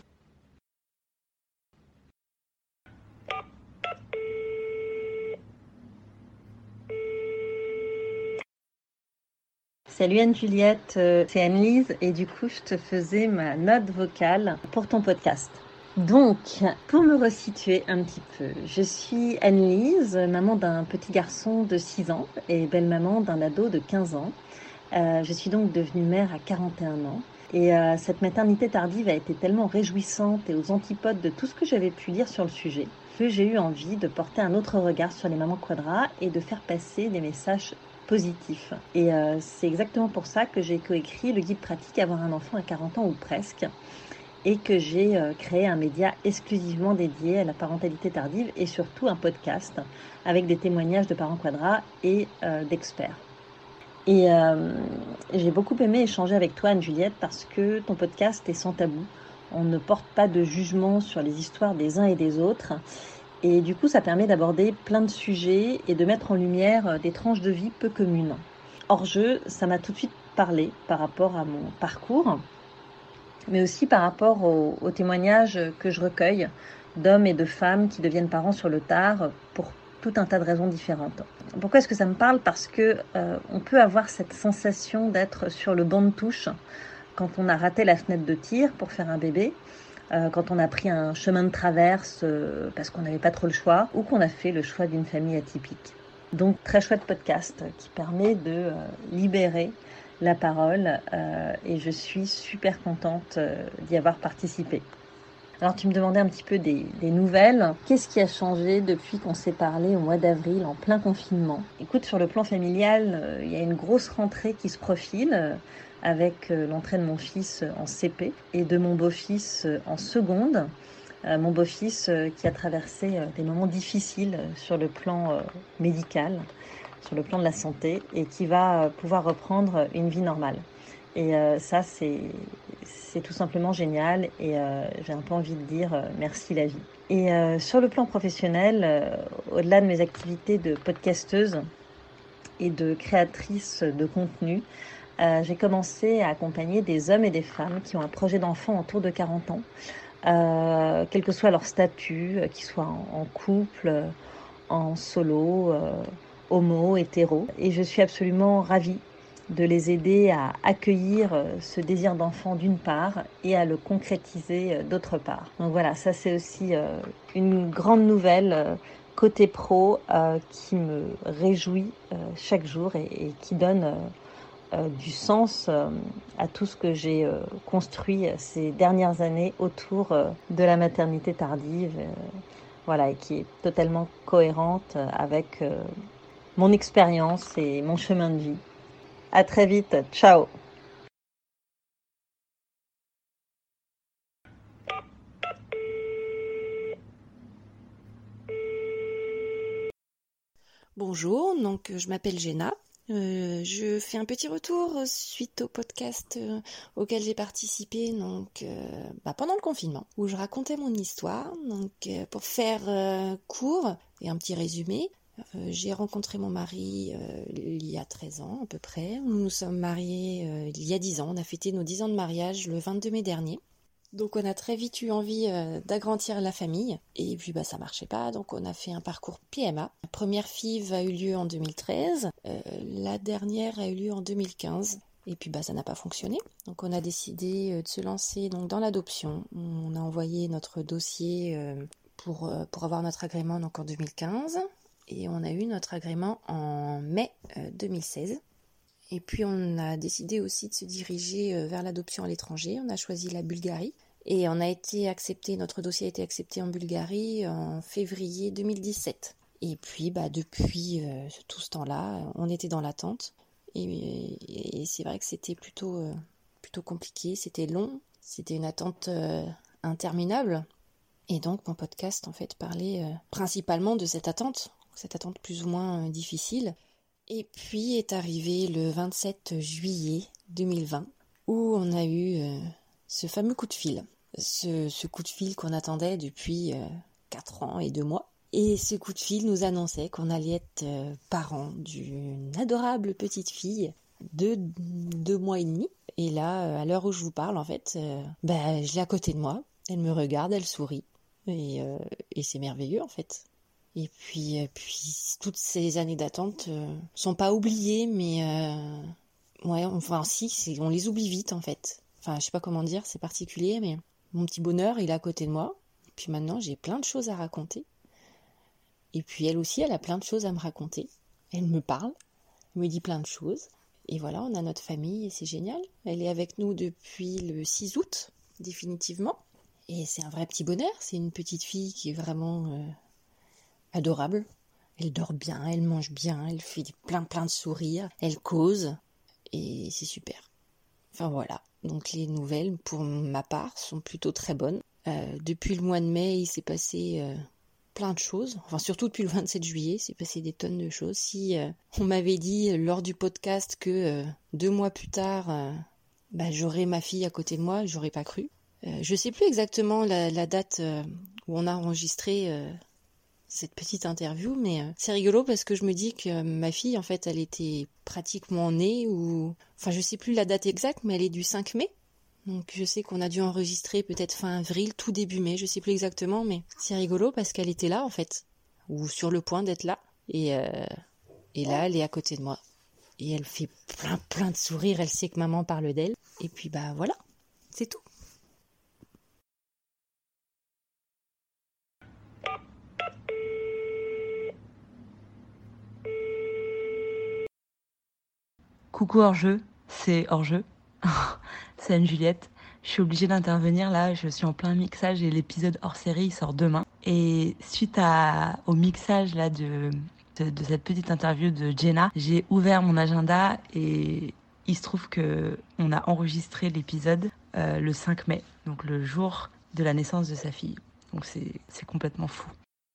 Salut Anne-Juliette, c'est Anne-Lise et du coup je te faisais ma note vocale pour ton podcast. Donc, pour me resituer un petit peu, je suis Anne-Lise, maman d'un petit garçon de six ans et belle-maman d'un ado de quinze ans. Euh, je suis donc devenue mère à quarante et un ans. Et euh, cette maternité tardive a été tellement réjouissante et aux antipodes de tout ce que j'avais pu lire sur le sujet que j'ai eu envie de porter un autre regard sur les mamans quadra et de faire passer des messages positif. Et euh, c'est exactement pour ça que j'ai coécrit le guide pratique Avoir un enfant à quarante ans ou presque et que j'ai euh, créé un média exclusivement dédié à la parentalité tardive et surtout un podcast avec des témoignages de parents quadra et euh, d'experts. Et euh, j'ai beaucoup aimé échanger avec toi, Anne-Juliette, parce que ton podcast est sans tabou. On ne porte pas de jugement sur les histoires des uns et des autres. Et du coup, ça permet d'aborder plein de sujets et de mettre en lumière des tranches de vie peu communes. Orjeu, ça m'a tout de suite parlé par rapport à mon parcours, mais aussi par rapport aux, aux témoignages que je recueille d'hommes et de femmes qui deviennent parents sur le tard pour tout un tas de raisons différentes. Pourquoi est-ce que ça me parle ? Parce que euh, on peut avoir cette sensation d'être sur le banc de touche quand on a raté la fenêtre de tir pour faire un bébé, euh, quand on a pris un chemin de traverse euh, parce qu'on n'avait pas trop le choix ou qu'on a fait le choix d'une famille atypique. Donc très chouette podcast qui permet de euh, libérer la parole euh, et je suis super contente euh, d'y avoir participé. Alors tu me demandais un petit peu des, des nouvelles. Qu'est-ce qui a changé depuis qu'on s'est parlé au mois d'avril en plein confinement ? Écoute, sur le plan familial, euh, il y a une grosse rentrée qui se profile euh, avec euh, l'entrée de mon fils en C P et de mon beau-fils euh, en seconde. Euh, mon beau-fils euh, qui a traversé euh, des moments difficiles euh, sur le plan euh, médical, sur le plan de la santé et qui va euh, pouvoir reprendre une vie normale. Et euh, ça, c'est, c'est tout simplement génial et euh, j'ai un peu envie de dire euh, merci la vie. Et euh, sur le plan professionnel, euh, au-delà de mes activités de podcasteuse et de créatrice de contenu, euh, j'ai commencé à accompagner des hommes et des femmes qui ont un projet d'enfant autour de quarante ans, euh, quel que soit leur statut, euh, qu'ils soient en, en couple, euh, en solo, euh, homo, hétéro. Et je suis absolument ravie de les aider à accueillir ce désir d'enfant d'une part et à le concrétiser d'autre part. Donc voilà, ça c'est aussi euh, une grande nouvelle euh, côté pro euh, qui me réjouit euh, chaque jour et, et qui donne euh, euh, du sens euh, à tout ce que j'ai euh, construit ces dernières années autour euh, de la maternité tardive, euh, voilà, et qui est totalement cohérente avec euh, mon expérience et mon chemin de vie. À très vite, ciao. Bonjour, donc je m'appelle Jenna. Euh, je fais un petit retour suite au podcast euh, auquel j'ai participé donc euh, bah, pendant le confinement, où je racontais mon histoire. Donc euh, pour faire euh, court et un petit résumé, euh, j'ai rencontré mon mari euh, il y a treize ans à peu près. Nous nous sommes mariés euh, il y a dix ans. On a fêté nos dix ans de mariage le vingt-deux mai dernier. Donc on a très vite eu envie euh, d'agrandir la famille et puis bah ça marchait pas, donc on a fait un parcours P M A. La première F I V a eu lieu en deux mille treize, euh, la dernière a eu lieu en deux mille quinze et puis bah ça n'a pas fonctionné. Donc on a décidé euh, de se lancer donc dans l'adoption. On a envoyé notre dossier euh, pour, euh, pour avoir notre agrément donc en deux mille quinze et on a eu notre agrément en mai euh, deux mille seize. Et puis on a décidé aussi de se diriger vers l'adoption à l'étranger. On a choisi la Bulgarie et on a été accepté, notre dossier a été accepté en Bulgarie en février deux mille dix-sept. Et puis bah, depuis euh, tout ce temps-là, on était dans l'attente. Et, et, et c'est vrai que c'était plutôt, euh, plutôt compliqué, c'était long, c'était une attente euh, interminable. Et donc mon podcast en fait parlait euh, principalement de cette attente, cette attente plus ou moins euh, difficile. Et puis est arrivé le vingt-sept juillet deux mille vingt, où on a eu euh, ce fameux coup de fil. Ce, ce coup de fil qu'on attendait depuis euh, quatre ans et deux mois. Et ce coup de fil nous annonçait qu'on allait être euh, parents d'une adorable petite fille de deux mois et demi. Et là, à l'heure où je vous parle, en fait, euh, bah, je l'ai à côté de moi. Elle me regarde, elle sourit. Et, euh, et c'est merveilleux, en fait. Et puis, euh, puis toutes ces années d'attente euh, sont pas oubliées, mais euh, ouais, enfin si, c'est, on les oublie vite en fait. Enfin, je sais pas comment dire, c'est particulier, mais mon petit bonheur, il est à côté de moi. Et puis maintenant, j'ai plein de choses à raconter. Et puis elle aussi, elle a plein de choses à me raconter. Elle me parle, elle me dit plein de choses. Et voilà, on a notre famille et c'est génial. Elle est avec nous depuis le six août, définitivement. Et c'est un vrai petit bonheur. C'est une petite fille qui est vraiment euh, adorable. Elle dort bien, elle mange bien, elle fait plein plein de sourires, elle cause. Et c'est super. Enfin voilà. Donc les nouvelles, pour ma part, sont plutôt très bonnes. Euh, depuis le mois de mai, il s'est passé euh, plein de choses. Enfin, surtout depuis le vingt-sept juillet, il s'est passé des tonnes de choses. Si euh, on m'avait dit euh, lors du podcast que euh, deux mois plus tard, euh, bah, j'aurais ma fille à côté de moi, j'aurais pas cru. Euh, je sais plus exactement la, la date euh, où on a enregistré euh, cette petite interview, mais euh, c'est rigolo parce que je me dis que ma fille, en fait, elle était pratiquement née ou... Enfin, je sais plus la date exacte, mais elle est du cinq mai. Donc je sais qu'on a dû enregistrer peut-être fin avril, tout début mai, je sais plus exactement, mais c'est rigolo parce qu'elle était là, en fait, ou sur le point d'être là. Et, euh, et là, elle est à côté de moi. Et elle fait plein plein de sourires, elle sait que maman parle d'elle. Et puis, bah voilà, c'est tout. Coucou hors-jeu, c'est hors-jeu, c'est Anne-Juliette. Je suis obligée d'intervenir là, je suis en plein mixage et l'épisode hors-série il sort demain. Et suite à, au mixage là de, de, de cette petite interview de Jenna, j'ai ouvert mon agenda et il se trouve qu'on a enregistré l'épisode euh, le cinq mai, donc le jour de la naissance de sa fille. Donc c'est, c'est complètement fou.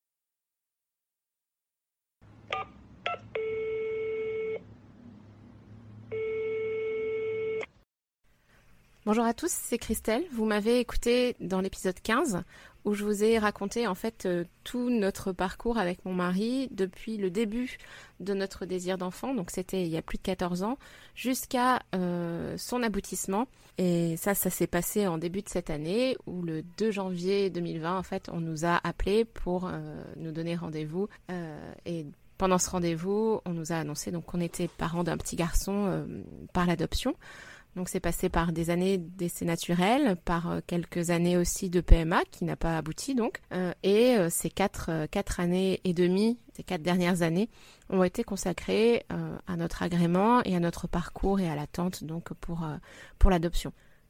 Bonjour à tous, c'est Christelle. Vous m'avez écouté dans l'épisode quinze où je vous ai raconté en fait euh, tout notre parcours avec mon mari depuis le début de notre désir d'enfant, donc c'était il y a plus de quatorze ans, jusqu'à euh, son aboutissement. Et ça, ça s'est passé en début de cette année où le deux janvier deux mille vingt, en fait, on nous a appelés pour euh, nous donner rendez-vous euh, et pendant ce rendez-vous, on nous a annoncé donc qu'on était parents d'un petit garçon euh, par l'adoption. Donc c'est passé par des années d'essai naturel, par euh, quelques années aussi de P M A qui n'a pas abouti donc, euh, et euh, ces quatre, euh, quatre années et demie, ces quatre dernières années ont été consacrées euh, à notre agrément et à notre parcours et à l'attente donc pour, euh, pour l'adoption.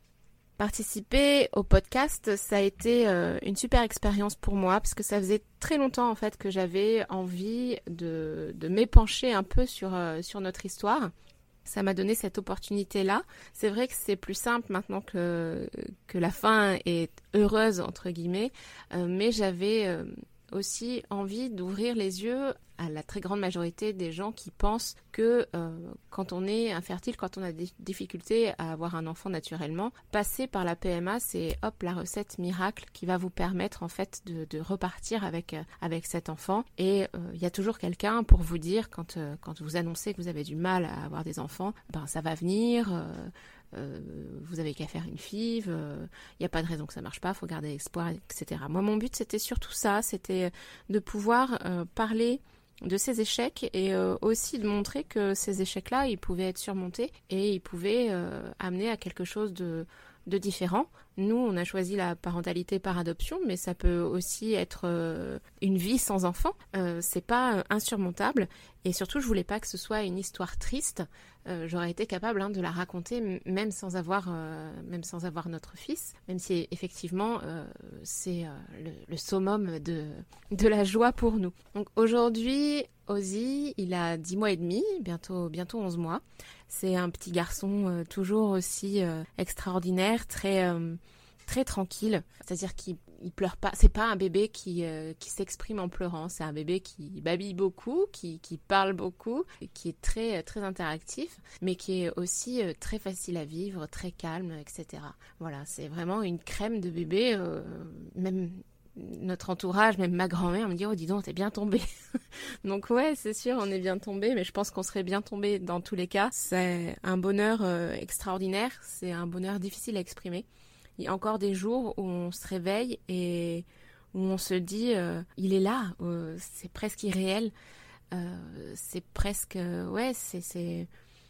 Participer au podcast, ça a été euh, une super expérience pour moi parce que ça faisait très longtemps en fait que j'avais envie de, de m'épancher un peu sur, euh, sur notre histoire. Ça m'a donné cette opportunité-là. C'est vrai que c'est plus simple maintenant que, que la fin est heureuse, entre guillemets, euh, mais j'avais euh, aussi envie d'ouvrir les yeux à la très grande majorité des gens qui pensent que euh, quand on est infertile, quand on a des difficultés à avoir un enfant naturellement, passer par la P M A, c'est hop la recette miracle qui va vous permettre en fait de, de repartir avec, euh, avec cet enfant. Et il euh, y a toujours quelqu'un pour vous dire quand, euh, quand vous annoncez que vous avez du mal à avoir des enfants, ben ça va venir, euh, euh, vous avez qu'à faire une F I V, il euh, n'y a pas de raison que ça marche pas, il faut garder espoir, et cetera. Moi mon but c'était surtout ça, c'était de pouvoir euh, parler de ces échecs et euh, aussi de montrer que ces échecs-là, ils pouvaient être surmontés et ils pouvaient euh, amener à quelque chose de, de différent. Nous, on a choisi la parentalité par adoption, mais ça peut aussi être euh, une vie sans enfant. Euh, c'est pas euh, insurmontable. Et surtout, je voulais pas que ce soit une histoire triste. Euh, j'aurais été capable hein, de la raconter m- même sans avoir, euh, même sans avoir notre fils, même si effectivement euh, c'est euh, le, le summum de de la joie pour nous. Donc aujourd'hui, Ozzy, il a dix mois et demi, bientôt bientôt onze mois. C'est un petit garçon euh, toujours aussi euh, extraordinaire, très euh, très tranquille, c'est-à-dire qu'il il pleure pas, c'est pas un bébé qui euh, qui s'exprime en pleurant, c'est un bébé qui babille beaucoup, qui qui parle beaucoup, qui est très très interactif, mais qui est aussi euh, très facile à vivre, très calme, et cetera. Voilà, c'est vraiment une crème de bébé, euh, même notre entourage, même ma grand-mère me dit « Oh, dis donc, t'es bien tombée !» Donc ouais, c'est sûr, on est bien tombé, mais je pense qu'on serait bien tombé dans tous les cas. C'est un bonheur euh, extraordinaire, c'est un bonheur difficile à exprimer. Il y a encore des jours où on se réveille et où on se dit euh, « Il est là euh, !» C'est presque irréel. Euh, c'est presque... Euh, ouais, c'est... c'est...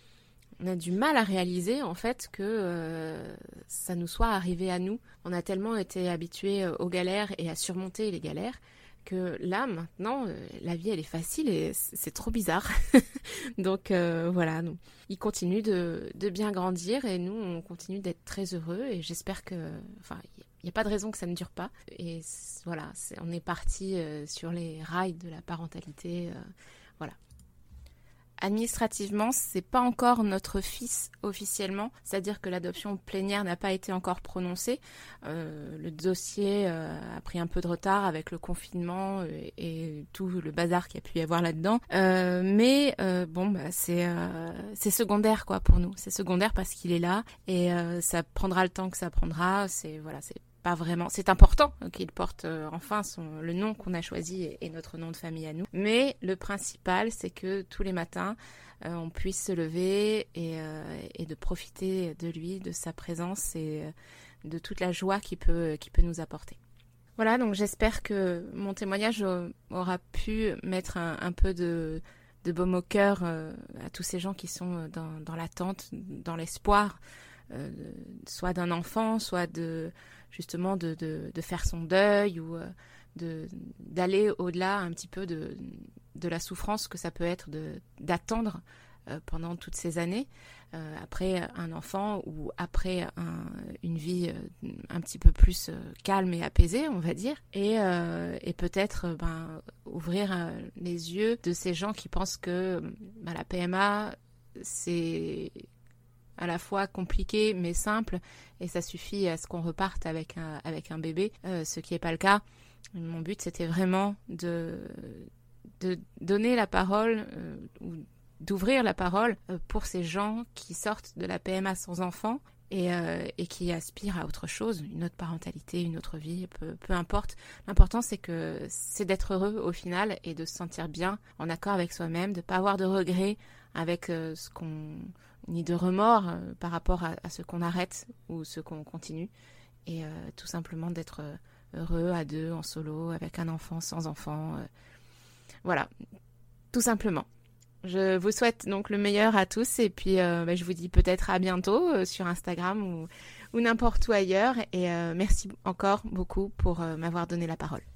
On a du mal à réaliser en fait que euh, ça nous soit arrivé à nous. On a tellement été habitués aux galères et à surmonter les galères que là maintenant euh, la vie elle est facile et c'est trop bizarre. Donc euh, voilà, nous, il continue de, de bien grandir et nous on continue d'être très heureux et j'espère que, enfin il n'y a pas de raison que ça ne dure pas. Et voilà, c'est, on est parti euh, sur les rails de la parentalité, euh, voilà. Administrativement, c'est pas encore notre fils officiellement, c'est-à-dire que l'adoption plénière n'a pas été encore prononcée. Euh, le dossier euh, a pris un peu de retard avec le confinement et, et tout le bazar qu'il y a pu y avoir là-dedans. Euh, mais euh, bon, bah c'est euh, c'est secondaire quoi pour nous. C'est secondaire parce qu'il est là et euh, ça prendra le temps que ça prendra. C'est voilà, c'est pas vraiment. C'est important qu'il porte euh, enfin son, le nom qu'on a choisi et, et notre nom de famille à nous. Mais le principal, c'est que tous les matins, euh, on puisse se lever et, euh, et de profiter de lui, de sa présence et euh, de toute la joie qu'il peut, qu'il peut nous apporter. Voilà, donc j'espère que mon témoignage aura pu mettre un, un peu de, de baume au cœur euh, à tous ces gens qui sont dans, dans l'attente, dans l'espoir, euh, soit d'un enfant, soit de justement de, de, de faire son deuil ou euh, de, d'aller au-delà un petit peu de, de la souffrance que ça peut être de, d'attendre euh, pendant toutes ces années, euh, après un enfant ou après un, une vie euh, un petit peu plus euh, calme et apaisée, on va dire, et, euh, et peut-être euh, ben, ouvrir euh, les yeux de ces gens qui pensent que ben, la P M A, c'est à la fois compliqué mais simple et ça suffit à ce qu'on reparte avec un, avec un bébé, euh, ce qui n'est pas le cas. Mon but, c'était vraiment de, de donner la parole euh, ou d'ouvrir la parole euh, pour ces gens qui sortent de la P M A sans enfant et, euh, et qui aspirent à autre chose, une autre parentalité, une autre vie, peu, peu importe. L'important, c'est que c'est d'être heureux au final et de se sentir bien, en accord avec soi-même, de ne pas avoir de regrets avec euh, ce qu'on... ni de remords euh, par rapport à, à ce qu'on arrête ou ce qu'on continue. Et euh, tout simplement d'être euh, heureux à deux, en solo, avec un enfant, sans enfant. Euh, voilà, tout simplement. Je vous souhaite donc le meilleur à tous et puis euh, bah, je vous dis peut-être à bientôt euh, sur Instagram ou, ou n'importe où ailleurs. Et euh, merci encore beaucoup pour euh, m'avoir donné la parole.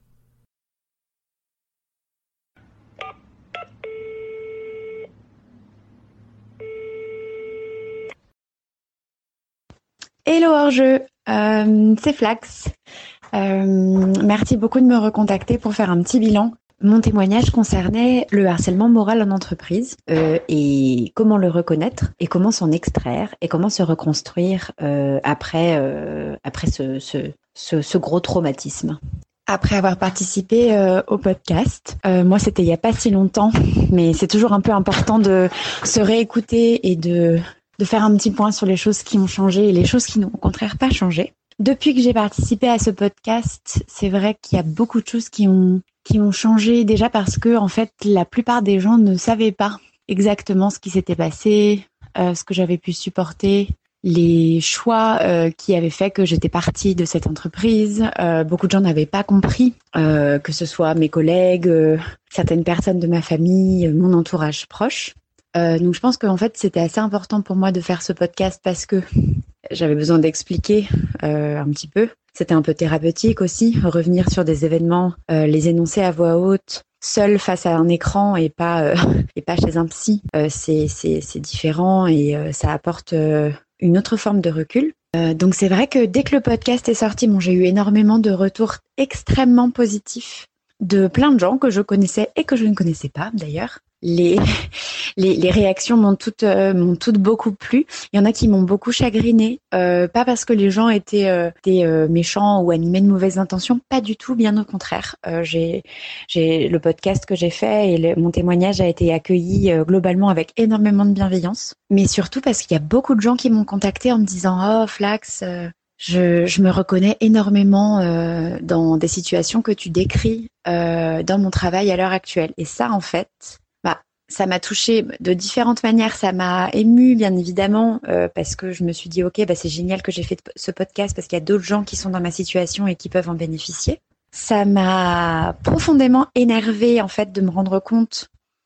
Hello hors-jeu, euh, c'est Flax. Euh, merci beaucoup de me recontacter pour faire un petit bilan. Mon témoignage concernait le harcèlement moral en entreprise euh, et comment le reconnaître et comment s'en extraire et comment se reconstruire euh, après, euh, après ce, ce, ce, ce gros traumatisme. Après avoir participé euh, au podcast, euh, moi c'était il n'y a pas si longtemps, mais c'est toujours un peu important de se réécouter et de, de faire un petit point sur les choses qui ont changé et les choses qui n'ont au contraire pas changé. Depuis que j'ai participé à ce podcast, c'est vrai qu'il y a beaucoup de choses qui ont qui ont changé déjà parce que en fait la plupart des gens ne savaient pas exactement ce qui s'était passé, euh, ce que j'avais pu supporter, les choix euh, qui avaient fait que j'étais partie de cette entreprise. Euh, beaucoup de gens n'avaient pas compris, euh, que ce soit mes collègues, euh, certaines personnes de ma famille, euh, mon entourage proche. Euh, donc je pense qu'en fait c'était assez important pour moi de faire ce podcast parce que j'avais besoin d'expliquer euh, un petit peu. C'était un peu thérapeutique aussi, revenir sur des événements, euh, les énoncer à voix haute, seul face à un écran et pas euh, et pas chez un psy. Euh, c'est c'est c'est différent et euh, ça apporte euh, une autre forme de recul. Euh, donc c'est vrai que dès que le podcast est sorti, bon, j'ai eu énormément de retours extrêmement positifs de plein de gens que je connaissais et que je ne connaissais pas d'ailleurs. Les, les, les réactions m'ont toutes, euh, m'ont toutes beaucoup plu. Il y en a qui m'ont beaucoup chagrinée, euh, pas parce que les gens étaient, euh, étaient euh, méchants ou animés de mauvaises intentions, pas du tout, bien au contraire. Euh, j'ai, j'ai le podcast que j'ai fait et le, mon témoignage a été accueilli euh, globalement avec énormément de bienveillance, mais surtout parce qu'il y a beaucoup de gens qui m'ont contacté en me disant « Oh Flax, euh, Je, je me reconnais énormément euh, dans des situations que tu décris euh, dans mon travail à l'heure actuelle. » Et ça, en fait, bah, ça m'a touchée de différentes manières. Ça m'a émue, bien évidemment, euh, parce que je me suis dit, ok, bah, c'est génial que j'ai fait ce podcast parce qu'il y a d'autres gens qui sont dans ma situation et qui peuvent en bénéficier. Ça m'a profondément énervée, en fait, de me rendre compte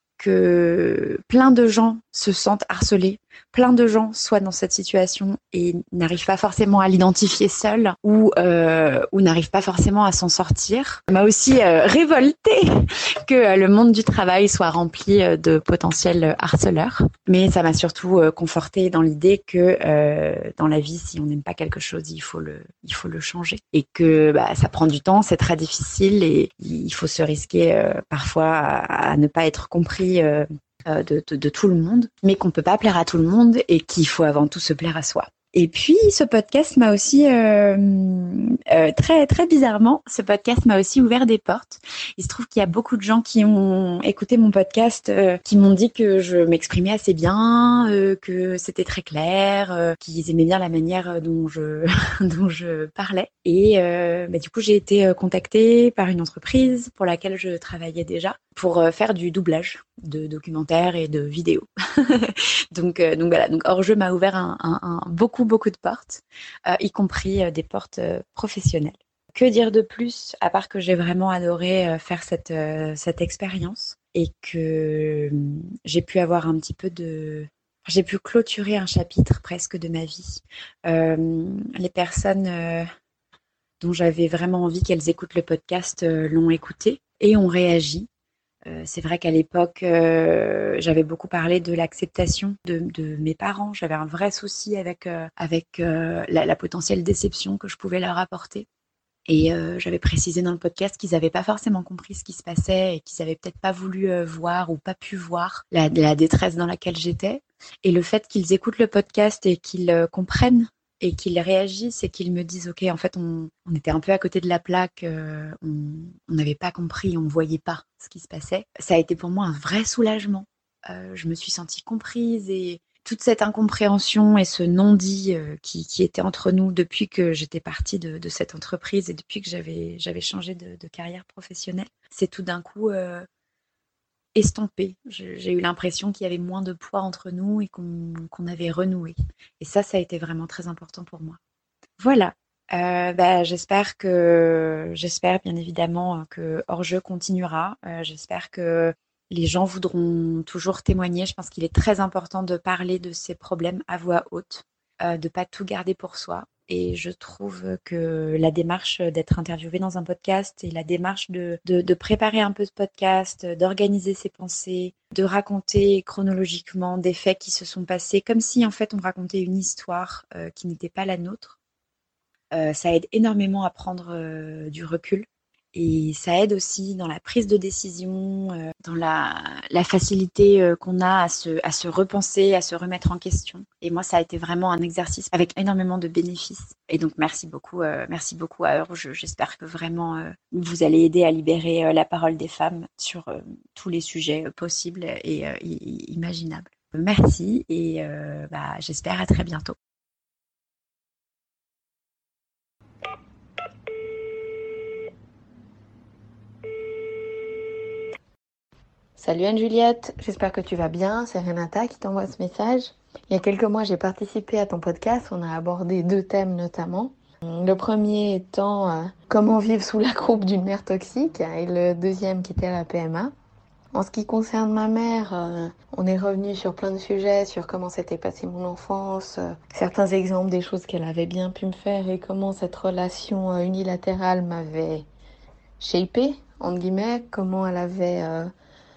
que plein de gens se sentent harcelés, plein de gens soient dans cette situation et n'arrivent pas forcément à l'identifier seuls ou euh, ou n'arrivent pas forcément à s'en sortir. Ça m'a aussi euh, révoltée que euh, le monde du travail soit rempli euh, de potentiels harceleurs. Mais ça m'a surtout euh, confortée dans l'idée que euh, dans la vie, si on n'aime pas quelque chose, il faut le il faut le changer et que bah, ça prend du temps, c'est très difficile et il faut se risquer euh, parfois à, à ne pas être compris euh, De, de, de tout le monde, mais qu'on peut pas plaire à tout le monde et qu'il faut avant tout se plaire à soi. Et puis, ce podcast m'a aussi, euh, euh, très très bizarrement, ce podcast m'a aussi ouvert des portes. Il se trouve qu'il y a beaucoup de gens qui ont écouté mon podcast, euh, qui m'ont dit que je m'exprimais assez bien, euh, que c'était très clair, euh, qu'ils aimaient bien la manière dont je dont je parlais. Et euh, bah, du coup, j'ai été contactée par une entreprise pour laquelle je travaillais déjà pour euh, faire du doublage de documentaires et de vidéos. donc, euh, donc voilà. Donc hors-jeu m'a ouvert un, un, un beaucoup beaucoup de portes, euh, y compris euh, des portes euh, professionnelles. Que dire de plus à part que j'ai vraiment adoré euh, faire cette euh, cette expérience et que euh, j'ai pu avoir un petit peu de j'ai pu clôturer un chapitre presque de ma vie. Euh, les personnes euh, dont j'avais vraiment envie qu'elles écoutent le podcast euh, l'ont écouté et ont réagi. Euh, c'est vrai qu'à l'époque, euh, j'avais beaucoup parlé de l'acceptation de, de mes parents. J'avais un vrai souci avec, euh, avec euh, la, la potentielle déception que je pouvais leur apporter. Et euh, j'avais précisé dans le podcast qu'ils n'avaient pas forcément compris ce qui se passait et qu'ils n'avaient peut-être pas voulu euh, voir ou pas pu voir la, la détresse dans laquelle j'étais. Et le fait qu'ils écoutent le podcast et qu'ils euh, comprennent et qu'ils réagissent et qu'ils me disent « Ok, en fait, on, on était un peu à côté de la plaque, euh, on n'avait pas compris, on ne voyait pas ce qui se passait », ça a été pour moi un vrai soulagement. Euh, je me suis sentie comprise et toute cette incompréhension et ce non-dit euh, qui, qui était entre nous depuis que j'étais partie de, de cette entreprise et depuis que j'avais, j'avais changé de, de carrière professionnelle, c'est tout d'un coup euh, estompé. Je, j'ai eu l'impression qu'il y avait moins de poids entre nous et qu'on, qu'on avait renoué. Et ça, ça a été vraiment très important pour moi. Voilà. Euh, bah, j'espère que, j'espère bien évidemment que Hors-jeu continuera. Euh, j'espère que les gens voudront toujours témoigner. Je pense qu'il est très important de parler de ces problèmes à voix haute, euh, de ne pas tout garder pour soi. Et je trouve que la démarche d'être interviewée dans un podcast et la démarche de, de, de préparer un peu ce podcast, d'organiser ses pensées, de raconter chronologiquement des faits qui se sont passés, comme si en fait on racontait une histoire euh, qui n'était pas la nôtre, euh, ça aide énormément à prendre euh, du recul. Et ça aide aussi dans la prise de décision, euh, dans la, la facilité euh, qu'on a à se, à se repenser, à se remettre en question. Et moi, ça a été vraiment un exercice avec énormément de bénéfices. Et donc, merci beaucoup, euh, merci beaucoup à Hors-jeu. J'espère que vraiment euh, vous allez aider à libérer euh, la parole des femmes sur euh, tous les sujets euh, possibles et euh, imaginables. Merci et euh, bah, j'espère à très bientôt. Salut Anne-Juliette, j'espère que tu vas bien, c'est Renata qui t'envoie ce message. Il y a quelques mois, j'ai participé à ton podcast, on a abordé deux thèmes notamment. Le premier étant euh, comment vivre sous la croupe d'une mère toxique et le deuxième qui était la P M A. En ce qui concerne ma mère, euh, on est revenu sur plein de sujets, sur comment s'était passée mon enfance, euh, certains exemples des choses qu'elle avait bien pu me faire et comment cette relation euh, unilatérale m'avait shapé, entre guillemets, comment elle avait... Euh,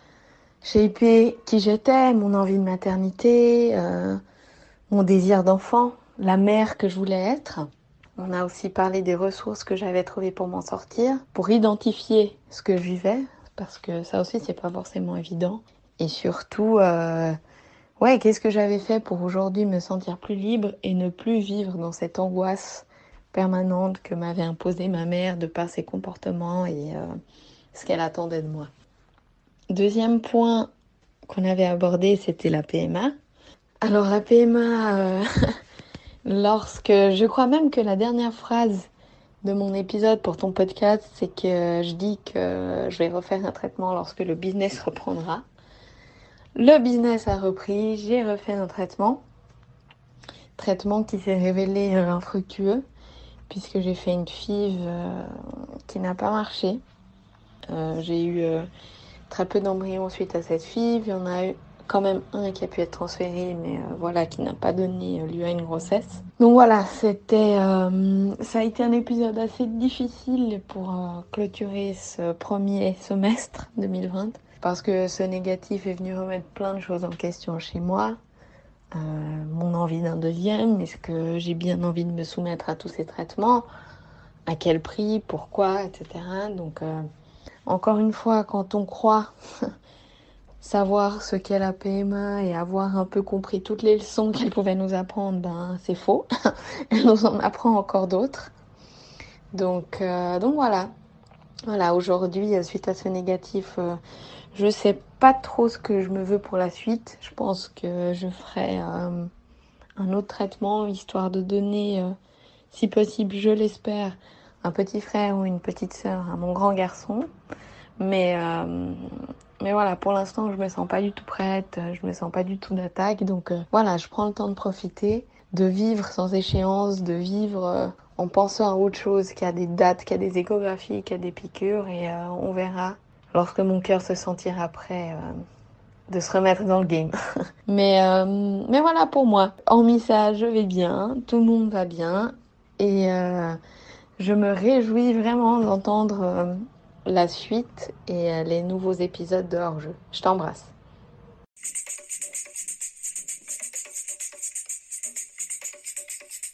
shapé qui j'étais, mon envie de maternité, euh, mon désir d'enfant, la mère que je voulais être. On a aussi parlé des ressources que j'avais trouvées pour m'en sortir, pour identifier ce que je vivais, parce que ça aussi c'est pas forcément évident. Et surtout, euh, ouais, qu'est-ce que j'avais fait pour aujourd'hui me sentir plus libre et ne plus vivre dans cette angoisse permanente que m'avait imposée ma mère de par ses comportements et euh, ce qu'elle attendait de moi. Deuxième point qu'on avait abordé, c'était la P M A. Alors la P M A, euh, lorsque je crois même que la dernière phrase de mon épisode pour ton podcast, c'est que je dis que je vais refaire un traitement lorsque le business reprendra. Le business a repris, j'ai refait un traitement. Traitement qui s'est révélé euh, infructueux, puisque j'ai fait une F I V euh, qui n'a pas marché. Euh, j'ai eu... Euh, très peu d'embryons suite à cette F I V. Il y en a eu quand même un qui a pu être transféré, mais euh, voilà, qui n'a pas donné lieu à une grossesse. Donc voilà, c'était, euh, ça a été un épisode assez difficile pour euh, clôturer ce premier semestre deux mille vingt, parce que ce négatif est venu remettre plein de choses en question chez moi. Euh, mon envie d'un deuxième, est-ce que j'ai bien envie de me soumettre à tous ces traitements, à quel prix, pourquoi, et cetera. Donc euh, encore une fois, quand on croit savoir ce qu'est la P M A et avoir un peu compris toutes les leçons qu'elle pouvait nous apprendre, ben c'est faux. Elle nous en apprend encore d'autres. Donc, euh, donc voilà. Voilà, aujourd'hui, suite à ce négatif, euh, je sais pas trop ce que je me veux pour la suite. Je pense que je ferai euh, un autre traitement, histoire de donner, euh, si possible, je l'espère, un petit frère ou une petite sœur à mon grand garçon. Mais, euh, mais voilà, pour l'instant, je me sens pas du tout prête, je me sens pas du tout d'attaque. Donc euh, voilà, je prends le temps de profiter, de vivre sans échéance, de vivre euh, en pensant à autre chose qu'à des dates, qu'à des échographies, qu'à des piqûres. Et euh, on verra, lorsque mon cœur se sentira prêt, euh, de se remettre dans le game. mais, euh, mais voilà pour moi. Hormis ça, je vais bien, tout le monde va bien. Et euh, je me réjouis vraiment d'entendre... Euh, la suite et les nouveaux épisodes de Hors-jeu. Je t'embrasse.